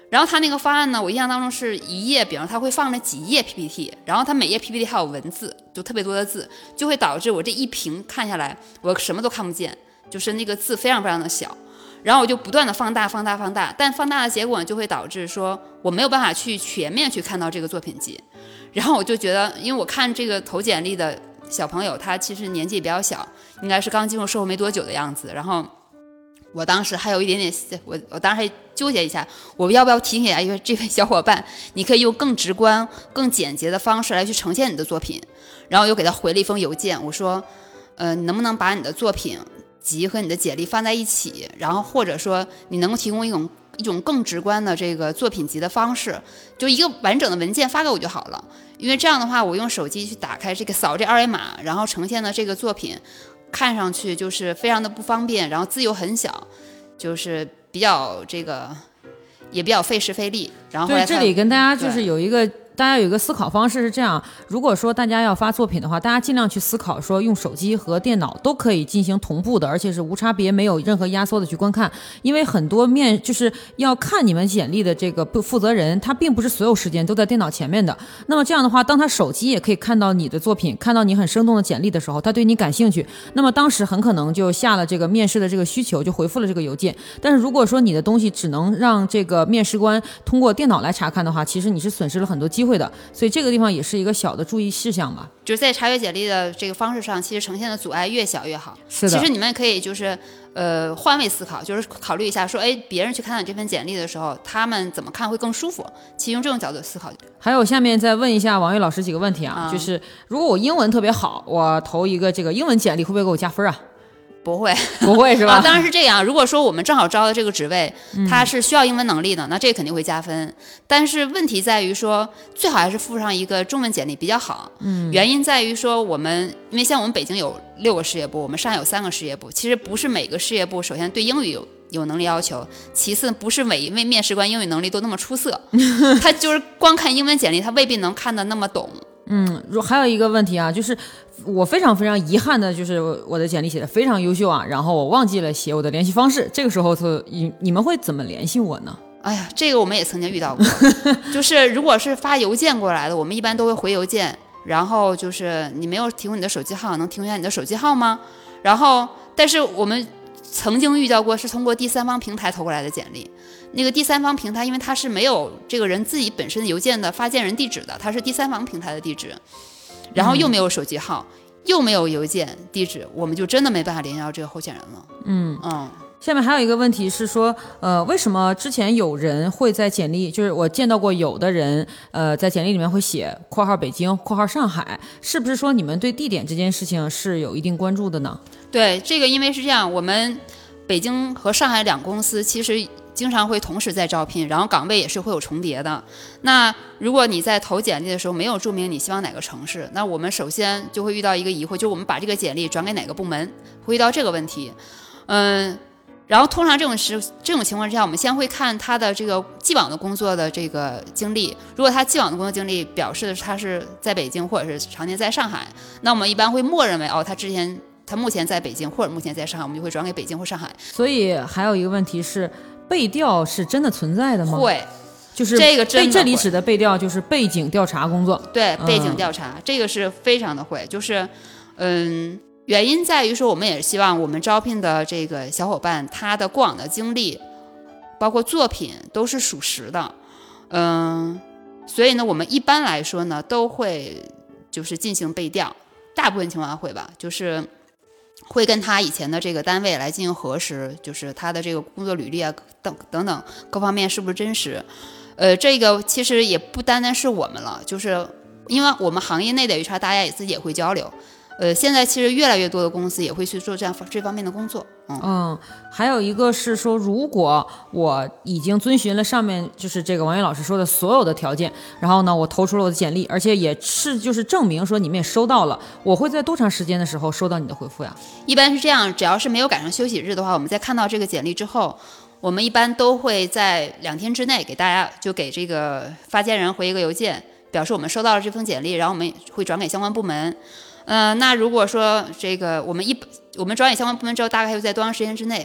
然后他那个方案呢，我印象当中是一页，比方他会放了几页 P P T， 然后他每页 P P T 还有文字，就特别多的字，就会导致我这一屏看下来，我什么都看不见，就是那个字非常非常的小。然后我就不断的放大放大放大，但放大的结果就会导致说我没有办法去全面去看到这个作品集。然后我就觉得，因为我看这个投简历的小朋友，他其实年纪比较小，应该是刚进入社会没多久的样子。然后我当时还有一点点，我我当时还纠结一下，我要不要提醒一下，因为这位小伙伴，你可以用更直观、更简洁的方式来去呈现你的作品。然后又给他回了一封邮件，我说，呃，你能不能把你的作品集和你的简历放在一起，然后或者说你能够提供一种一种更直观的这个作品集的方式，就一个完整的文件发给我就好了。因为这样的话，我用手机去打开这个扫这二维码，然后呈现的这个作品看上去就是非常的不方便，然后字又很小，就是比较这个也比较费时费力。然后后来对，这里跟大家就是有一个大家有一个思考方式是这样，如果说大家要发作品的话，大家尽量去思考说用手机和电脑都可以进行同步的，而且是无差别没有任何压缩的去观看。因为很多面就是要看你们简历的这个负责人，他并不是所有时间都在电脑前面的。那么这样的话，当他手机也可以看到你的作品，看到你很生动的简历的时候，他对你感兴趣，那么当时很可能就下了这个面试的这个需求，就回复了这个邮件。但是如果说你的东西只能让这个面试官通过电脑来查看的话，其实你是损失了很多机会的。所以这个地方也是一个小的注意事项吧。 就是在查阅简历的这个方式上，其实呈现的阻碍越小越好。 是的。 其实你们可以就是呃换位思考，就是考虑一下说，哎，别人去看到你这份简历的时候，他们怎么看会更舒服？其实用这种角度思考。 还有下面再问一下王玉老师几个问题啊， 嗯、 就是如果我英文特别好，我投一个这个英文简历，会不会给我加分啊？ 不会， 不会是吧？ 啊，当然是这样。如果说我们正好招的这个职位，它是需要英文能力的，那这个肯定会加分。但是问题在于说，最好还是附上一个中文简历比较好。嗯，原因在于说，我们因为像我们北京有六个事业部，我们上海有三个事业部，其实不是每个事业部首先对英语有有能力要求，其次不是每一位面试官英语能力都那么出色，他就是光看英文简历，他未必能看得那么懂。 嗯，还有一个问题啊，就是我非常非常遗憾的，就是我的简历写的非常优秀啊，然后我忘记了写我的联系方式，这个时候你你们会怎么联系我呢？ 哎呀，这个我们也曾经遇到过，就是如果是发邮件过来的，我们一般都会回邮件，然后就是你没有提供你的手机号，能提供一下你的手机号吗？然后，但是我们曾经遇到过是通过第三方平台投过来的简历。那个第三方平台，因为它是没有这个人自己本身邮件的发件人地址的，它是第三方平台的地址，然后又没有手机号，嗯、又没有邮件地址，我们就真的没办法联系到这个候选人了。 嗯嗯。下面还有一个问题是说，呃，为什么之前有人会在简历，就是我见到过有的人，呃，在简历里面会写括号北京括号上海，是不是说你们对地点这件事情是有一定关注的呢？ 对，这个因为是这样，我们北京和上海两公司其实经常会同时在招聘，然后岗位也是会有重叠的。那如果你在投简历的时候没有注明你希望哪个城市，那我们首先就会遇到一个疑惑，就是我们把这个简历转给哪个部门，会遇到这个问题。嗯。然后通常这种时这种情况之下，我们先会看他的这个既往的工作的这个经历。如果他既往的工作经历表示的是他是在北京或者是常年在上海，那我们一般会默认为哦，他之前他目前在北京或者目前在上海，我们就会转给北京或上海。 所以还有一个问题是，背调是真的存在的吗？ 会， 就是这个真的会。 这里指的背调就是背景调查工作。 对，背景调查、嗯、这个是非常的会，就是嗯。原因在于说，我们也希望我们招聘的这个小伙伴，他的过往的经历，包括作品都是属实的，嗯，所以呢，我们一般来说呢，都会就是进行背调，大部分情况下会吧，就是会跟他以前的这个单位来进行核实，就是他的这个工作履历啊等等等各方面是不是真实，呃，这个其实也不单单是我们了，就是因为我们行业内的 H R 大家也自己也会交流。呃，现在其实越来越多的公司也会去做这样这方面的工作。嗯, 嗯，还有一个是说，如果我已经遵循了上面就是这个王宇老师说的所有的条件，然后呢，我投出了我的简历，而且也是就是证明说你们也收到了，我会在多长时间的时候收到你的回复呀？ 一般是这样，只要是没有赶上休息日的话，我们在看到这个简历之后，我们一般都会在两天之内给大家就给这个发件人回一个邮件，表示我们收到了这封简历，然后我们会转给相关部门。呃，那如果说这个我们一我们转给相关部门之后，大概会在多长时间之内，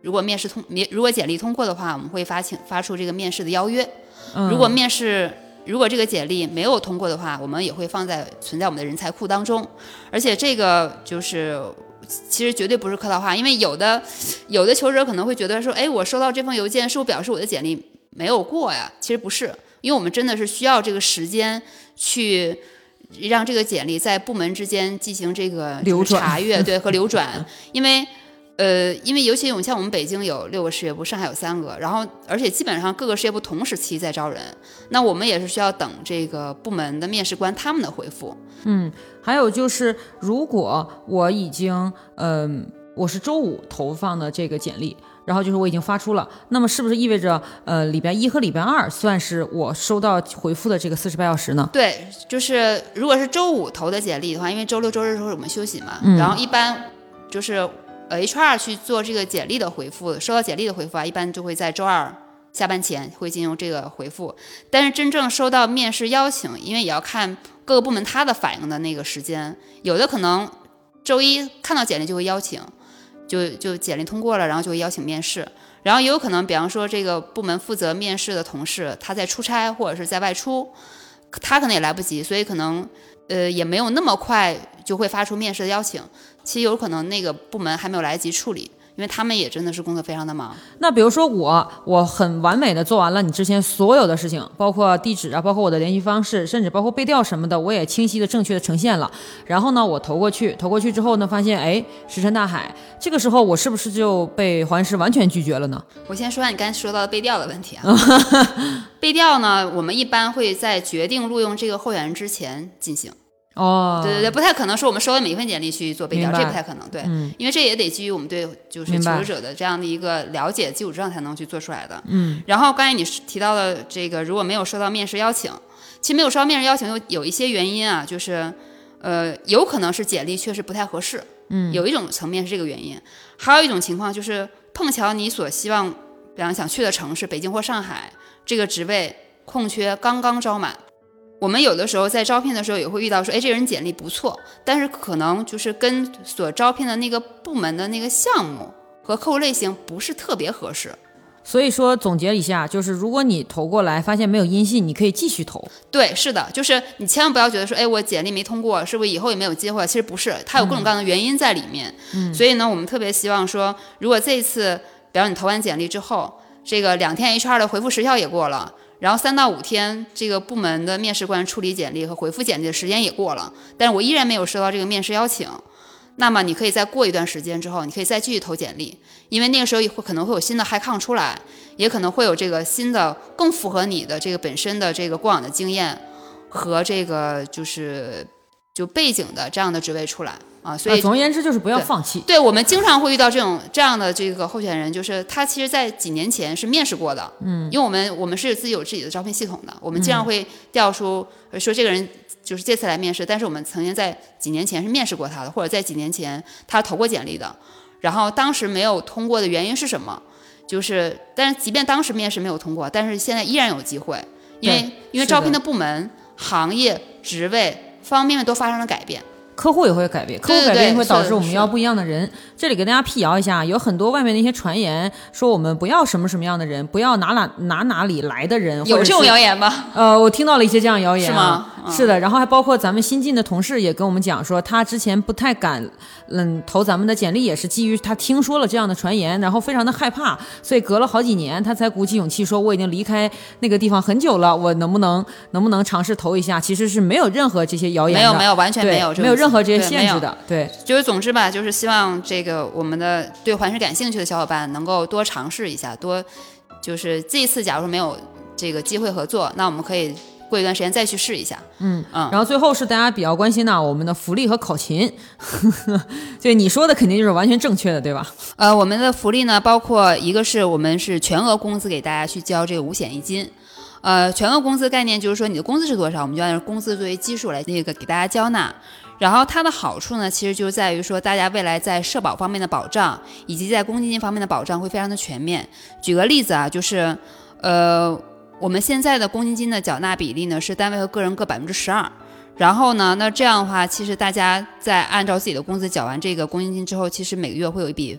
如果面试通如果简历通过的话，我们会发请发出这个面试的邀约。 嗯、 如果面试如果这个简历没有通过的话，我们也会放在存在我们的人才库当中。而且这个就是其实绝对不是客套话，因为有的有的求职者可能会觉得说，哎，我收到这封邮件是不是表示我的简历没有过呀？其实不是，因为我们真的是需要这个时间去让这个简历在部门之间进行这个查阅，对和流转，因为。呃，因为尤其我们像我们北京有六个事业部，上海有三个，然后而且基本上各个事业部同时期在招人，那我们也是需要等这个部门的面试官他们的回复。 嗯，还有就是如果我已经嗯、呃、我是周五投放的这个简历，然后就是我已经发出了，那么是不是意味着呃礼拜一和礼拜二算是我收到回复的这个四十八小时呢？ 对，就是如果是周五投的简历的话，因为周六周日的时候我们休息嘛， 嗯、 然后一般就是呃 H R 去做这个简历的回复，收到简历的回复啊，一般就会在周二下班前会进行这个回复。但是真正收到面试邀请，因为也要看各个部门他的反应的那个时间，有的可能周一看到简历就会邀请，就就简历通过了，然后就会邀请面试。然后也有可能，比方说这个部门负责面试的同事他在出差或者是在外出，他可能也来不及，所以可能呃也没有那么快就会发出面试的邀请。其实有可能那个部门还没有来得及处理，因为他们也真的是工作非常的忙。 那比如说我我很完美的做完了你之前所有的事情，包括地址啊，包括我的联系方式，甚至包括背调什么的，我也清晰的正确的呈现了。然后呢我投过去投过去之后呢，发现哎石沉大海，这个时候我是不是就被华人师完全拒绝了呢？ 我先说下你刚才说到的背调的问题啊。背调呢，我们一般会在决定录用这个候选人之前进行。 哦， 对对对，不太可能说我们收完每一份简历去做背调，这不太可能，对、 嗯， 因为这也得基于我们对就是求职者的这样的一个了解基础之上才能去做出来的。 嗯， 然后刚才你提到的这个，如果没有收到面试邀请，其实没有收到面试邀请有有一些原因啊，就是呃，有可能是简历确实不太合适， 嗯， 有一种层面是这个原因，还有一种情况就是碰巧你所希望，比方想去的城市，北京或上海，这个职位空缺刚刚招满。我们有的时候在招聘的时候也会遇到说，哎，这人简历不错，但是可能就是跟所招聘的那个部门的那个项目和客户类型不是特别合适。 所以说总结一下，就是如果你投过来发现没有音信，你可以继续投。 对，是的，就是你千万不要觉得说，哎，我简历没通过，是不是以后也没有机会？其实不是，它有各种各样的原因在里面。 嗯， 所以呢，我们特别希望说，如果这一次，比方你投完简历之后，这个两天 H R 的回复时效也过了。然后三到五天，这个部门的面试官处理简历和回复简历的时间也过了，但是我依然没有收到这个面试邀请。那么你可以再过一段时间之后，你可以再继续投简历，因为那个时候会可能会有新的 HiCon 出来，也可能会有这个新的更符合你的这个本身的这个过往的经验和这个就是就背景的这样的职位出来啊。所以、 啊、总而言之就是不要放弃。 对，对我们经常会遇到这种这样的这个候选人，就是他其实在几年前是面试过的， 嗯， 因为我们我们是自己有自己的招聘系统的，我们经常会调出、嗯、说这个人就是这次来面试，但是我们曾经在几年前是面试过他的，或者在几年前他投过简历的，然后当时没有通过的原因是什么？就是但是即便当时面试没有通过，但是现在依然有机会，因为因为招聘的部门、行业、职位方方面面都发生了改变。 客户也会改变，客户改变会导致我们要不一样的人。这里给大家辟谣一下，有很多外面的一些传言说我们不要什么什么样的人，不要哪哪哪哪里来的人。 有这种谣言吗？ 呃，我听到了一些这样谣言、啊， 是吗？ 嗯、是的，然后还包括咱们新进的同事也跟我们讲说，他之前不太敢嗯投咱们的简历，也是基于他听说了这样的传言，然后非常的害怕，所以隔了好几年他才鼓起勇气说我已经离开那个地方很久了，我能不能能不能尝试投一下？其实是没有任何这些谣言的， 没有没有完全没有没有任何这些限制的。对， 就是总之吧，就是希望这个我们的对环师感兴趣的小伙伴能够多尝试一下，多就是这一次假如没有这个机会合作，那我们可以过一段时间再去试一下。 嗯嗯。然后最后是大家比较关心的我们的福利和考勤，就你说的肯定就是完全正确的，对吧？ 呃，我们的福利呢，包括一个是我们是全额工资给大家去交这个五险一金。呃，全额工资概念就是说你的工资是多少，我们就按工资作为基数来那个给大家交纳。然后它的好处呢，其实就在于说大家未来在社保方面的保障，以及在公积金方面的保障会非常的全面。举个例子啊，就是呃，我们现在的公积金的缴纳比例呢是单位和个人各百分之十二。然后呢，那这样的话，其实大家在按照自己的工资缴完这个公积金之后，其实每个月会有一笔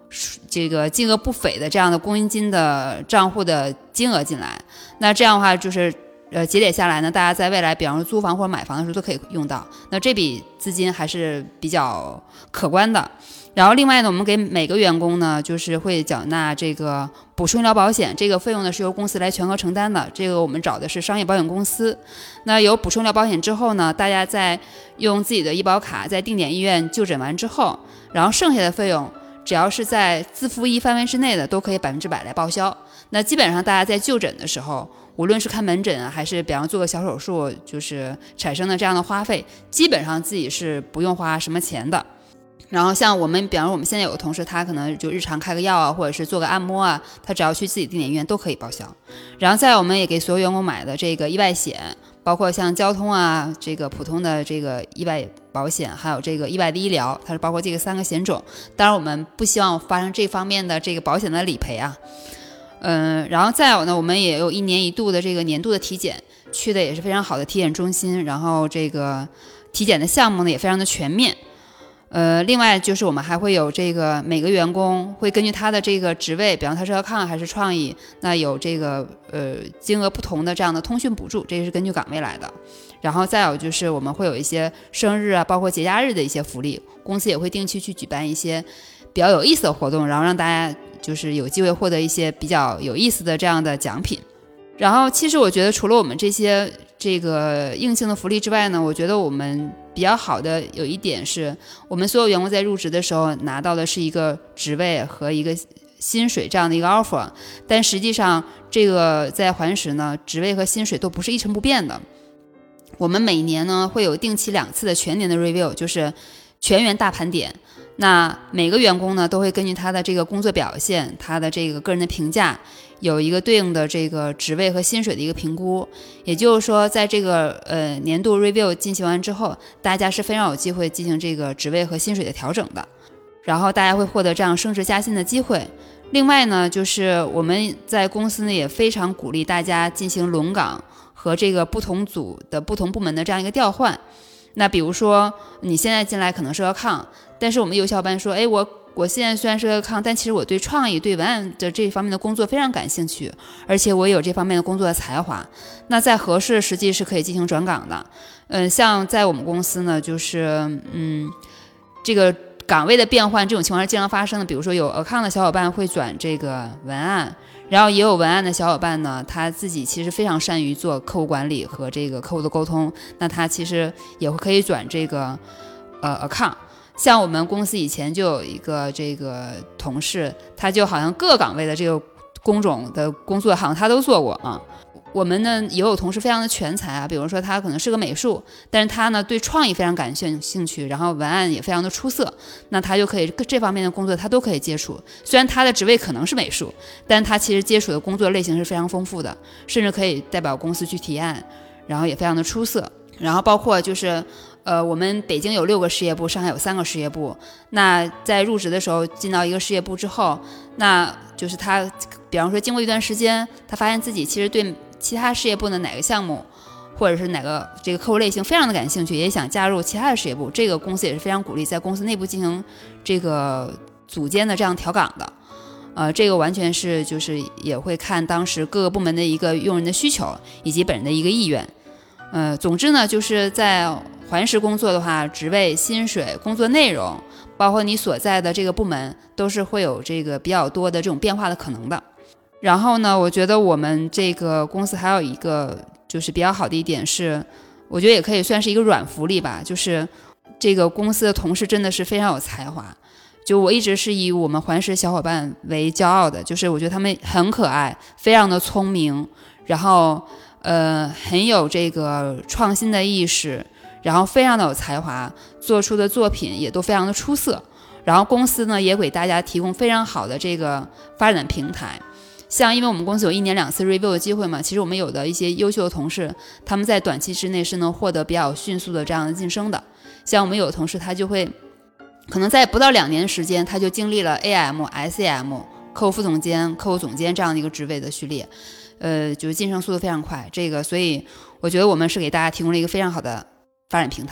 这个金额不菲的这样的公积金的账户的金额进来。那这样的话就是呃节点下来呢，大家在未来比方说租房或者买房的时候都可以用到，那这笔资金还是比较可观的。然后另外呢，我们给每个员工呢就是会缴纳这个补充医疗保险，这个费用呢是由公司来全额承担的，这个我们找的是商业保险公司。那有补充医疗保险之后呢，大家在用自己的医保卡在定点医院就诊完之后，然后剩下的费用只要是在自付医范围之内的都可以百分之百来报销。那基本上大家在就诊的时候，无论是看门诊啊，还是比方做个小手术，就是产生的这样的花费，基本上自己是不用花什么钱的。然后像我们比方说我们现在有个同事，他可能就日常开个药啊，或者是做个按摩啊，他只要去自己定点医院都可以报销。然后再我们也给所有员工买的这个意外险，包括像交通啊，这个普通的这个意外保险，还有这个意外的医疗，它是包括这个三个险种。当然我们不希望发生这方面的这个保险的理赔啊。嗯，然后再有呢，我们也有一年一度的这个年度的体检，去的也是非常好的体检中心，然后这个体检的项目呢也非常的全面。呃，另外就是我们还会有这个每个员工会根据他的这个职位，比方他是要抗还是创意，那有这个呃金额不同的这样的通讯补助，这是根据岗位来的。然后再有就是我们会有一些生日啊，包括节假日的一些福利，公司也会定期去举办一些比较有意思的活动，然后让大家就是有机会获得一些比较有意思的这样的奖品。然后其实我觉得除了我们这些这个硬性的福利之外呢，我觉得我们比较好的有一点是，我们所有员工在入职的时候拿到的是一个职位和一个薪水这样的一个 offer， 但实际上这个在环石呢，职位和薪水都不是一成不变的。我们每年呢会有定期两次的全年的 review， 就是全员大盘点。那每个员工呢都会根据他的这个工作表现，他的这个个人的评价，有一个对应的这个职位和薪水的一个评估。也就是说在这个呃年度 review 进行完之后，大家是非常有机会进行这个职位和薪水的调整的，然后大家会获得这样升职加薪的机会。另外呢，就是我们在公司呢也非常鼓励大家进行轮岗和这个不同组的不同部门的这样一个调换。那比如说你现在进来可能是个抗，但是我们有小伙伴说，哎，我我现在虽然是个抗，但其实我对创意对文案的这方面的工作非常感兴趣，而且我有这方面的工作的才华，那在合适实际是可以进行转岗的。嗯，像在我们公司呢，就是嗯这个岗位的变换这种情况是经常发生的。比如说有 account 的小伙伴会转这个文案，然后也有文案的小伙伴呢，他自己其实非常善于做客户管理和这个客户的沟通，那他其实也会可以转这个呃 account。像我们公司以前就有一个这个同事，他就好像各岗位的这个工种的工作好像他都做过啊。我们呢也有同事非常的全才啊，比如说他可能是个美术，但是他呢对创意非常感兴趣，然后文案也非常的出色，那他就可以这方面的工作他都可以接触。虽然他的职位可能是美术，但他其实接触的工作类型是非常丰富的，甚至可以代表公司去提案，然后也非常的出色。然后包括就是呃，我们北京有六个事业部，上海有三个事业部。那在入职的时候进到一个事业部之后，那就是他比方说经过一段时间，他发现自己其实对其他事业部的哪个项目或者是哪个这个客户类型非常的感兴趣，也想加入其他的事业部，这个公司也是非常鼓励在公司内部进行这个组间的这样调岗的。呃，这个完全是就是也会看当时各个部门的一个用人的需求以及本人的一个意愿。呃，总之呢，就是在环石工作的话，职位、薪水、工作内容，包括你所在的这个部门，都是会有这个比较多的这种变化的可能的。然后呢，我觉得我们这个公司还有一个就是比较好的一点是，我觉得也可以算是一个软福利吧，就是这个公司的同事真的是非常有才华。就我一直是以我们环石小伙伴为骄傲的，就是我觉得他们很可爱，非常的聪明，然后呃很有这个创新的意识，然后非常的有才华，做出的作品也都非常的出色。然后公司呢也给大家提供非常好的这个发展平台。像因为我们公司有一年两次 review 的机会嘛，其实我们有的一些优秀的同事，他们在短期之内是能获得比较迅速的这样的晋升的。像我们有的同事他就会可能在不到两年时间，他就经历了 A M、S M、客户副总监、客户总监这样的一个职位的序列，呃，就是晋升速度非常快。这个所以我觉得我们是给大家提供了一个非常好的发展平台。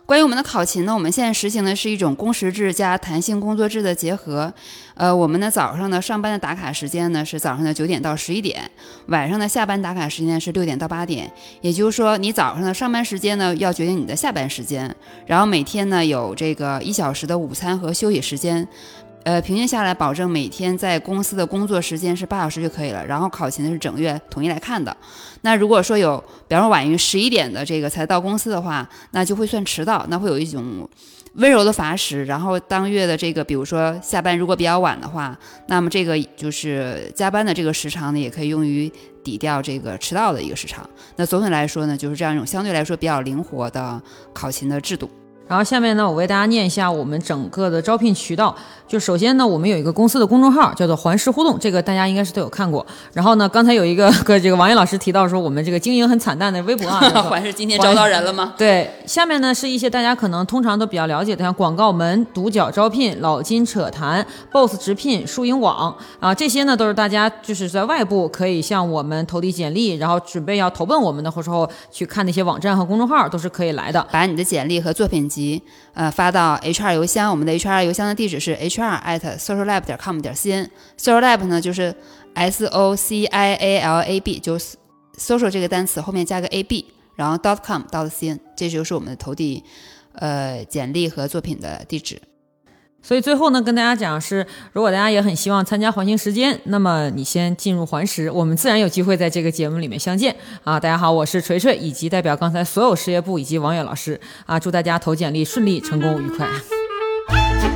关于我们的考勤呢，我们现在实行的是一种工时制加弹性工作制的结合。呃，我们的早上呢上班的打卡时间呢是早上的九点到十一点，晚上的下班打卡时间是六点到八点。也就是说，你早上的上班时间呢要决定你的下班时间，然后每天呢有这个一小时的午餐和休息时间。呃，平均下来，保证每天在公司的工作时间是八小时就可以了。然后考勤的是整个月统一来看的。那如果说有，比方说晚于十一点的这个才到公司的话，那就会算迟到，那会有一种温柔的罚时。然后当月的这个，比如说下班如果比较晚的话，那么这个就是加班的这个时长呢，也可以用于抵掉这个迟到的一个时长。那总体来说呢，就是这样一种相对来说比较灵活的考勤的制度。 然后下面呢，我为大家念一下我们整个的招聘渠道。就首先呢，我们有一个公司的公众号叫做环视互动，这个大家应该是都有看过。然后呢，刚才有一个跟这个王岩老师提到说我们这个经营很惨淡的微博啊， 环视今天招到人了吗？ 对，下面呢是一些大家可能通常都比较了解的，像广告门、独角招聘、老金扯谈、boss 直聘、树影网啊，这些呢都是大家就是在外部可以向我们投递简历，然后准备要投奔我们的时候去看那些网站和公众号都是可以来的。 把你的简历和作品集呃发到 H R 邮箱，我们的 H R 邮箱的地址是 h r at social lab 点 com 点 c n。 social lab 呢就是 S O C I A L A B， 就是 social 这个单词后面加个 A B， 然后 .com .c n， 这就是我们的投递呃简历和作品的地址。 所以最后呢，跟大家讲是，如果大家也很希望参加环形时间，那么你先进入环时，我们自然有机会在这个节目里面相见啊！大家好，我是锤锤，以及代表刚才所有事业部以及王远老师啊，祝大家投简历顺利、成功、愉快。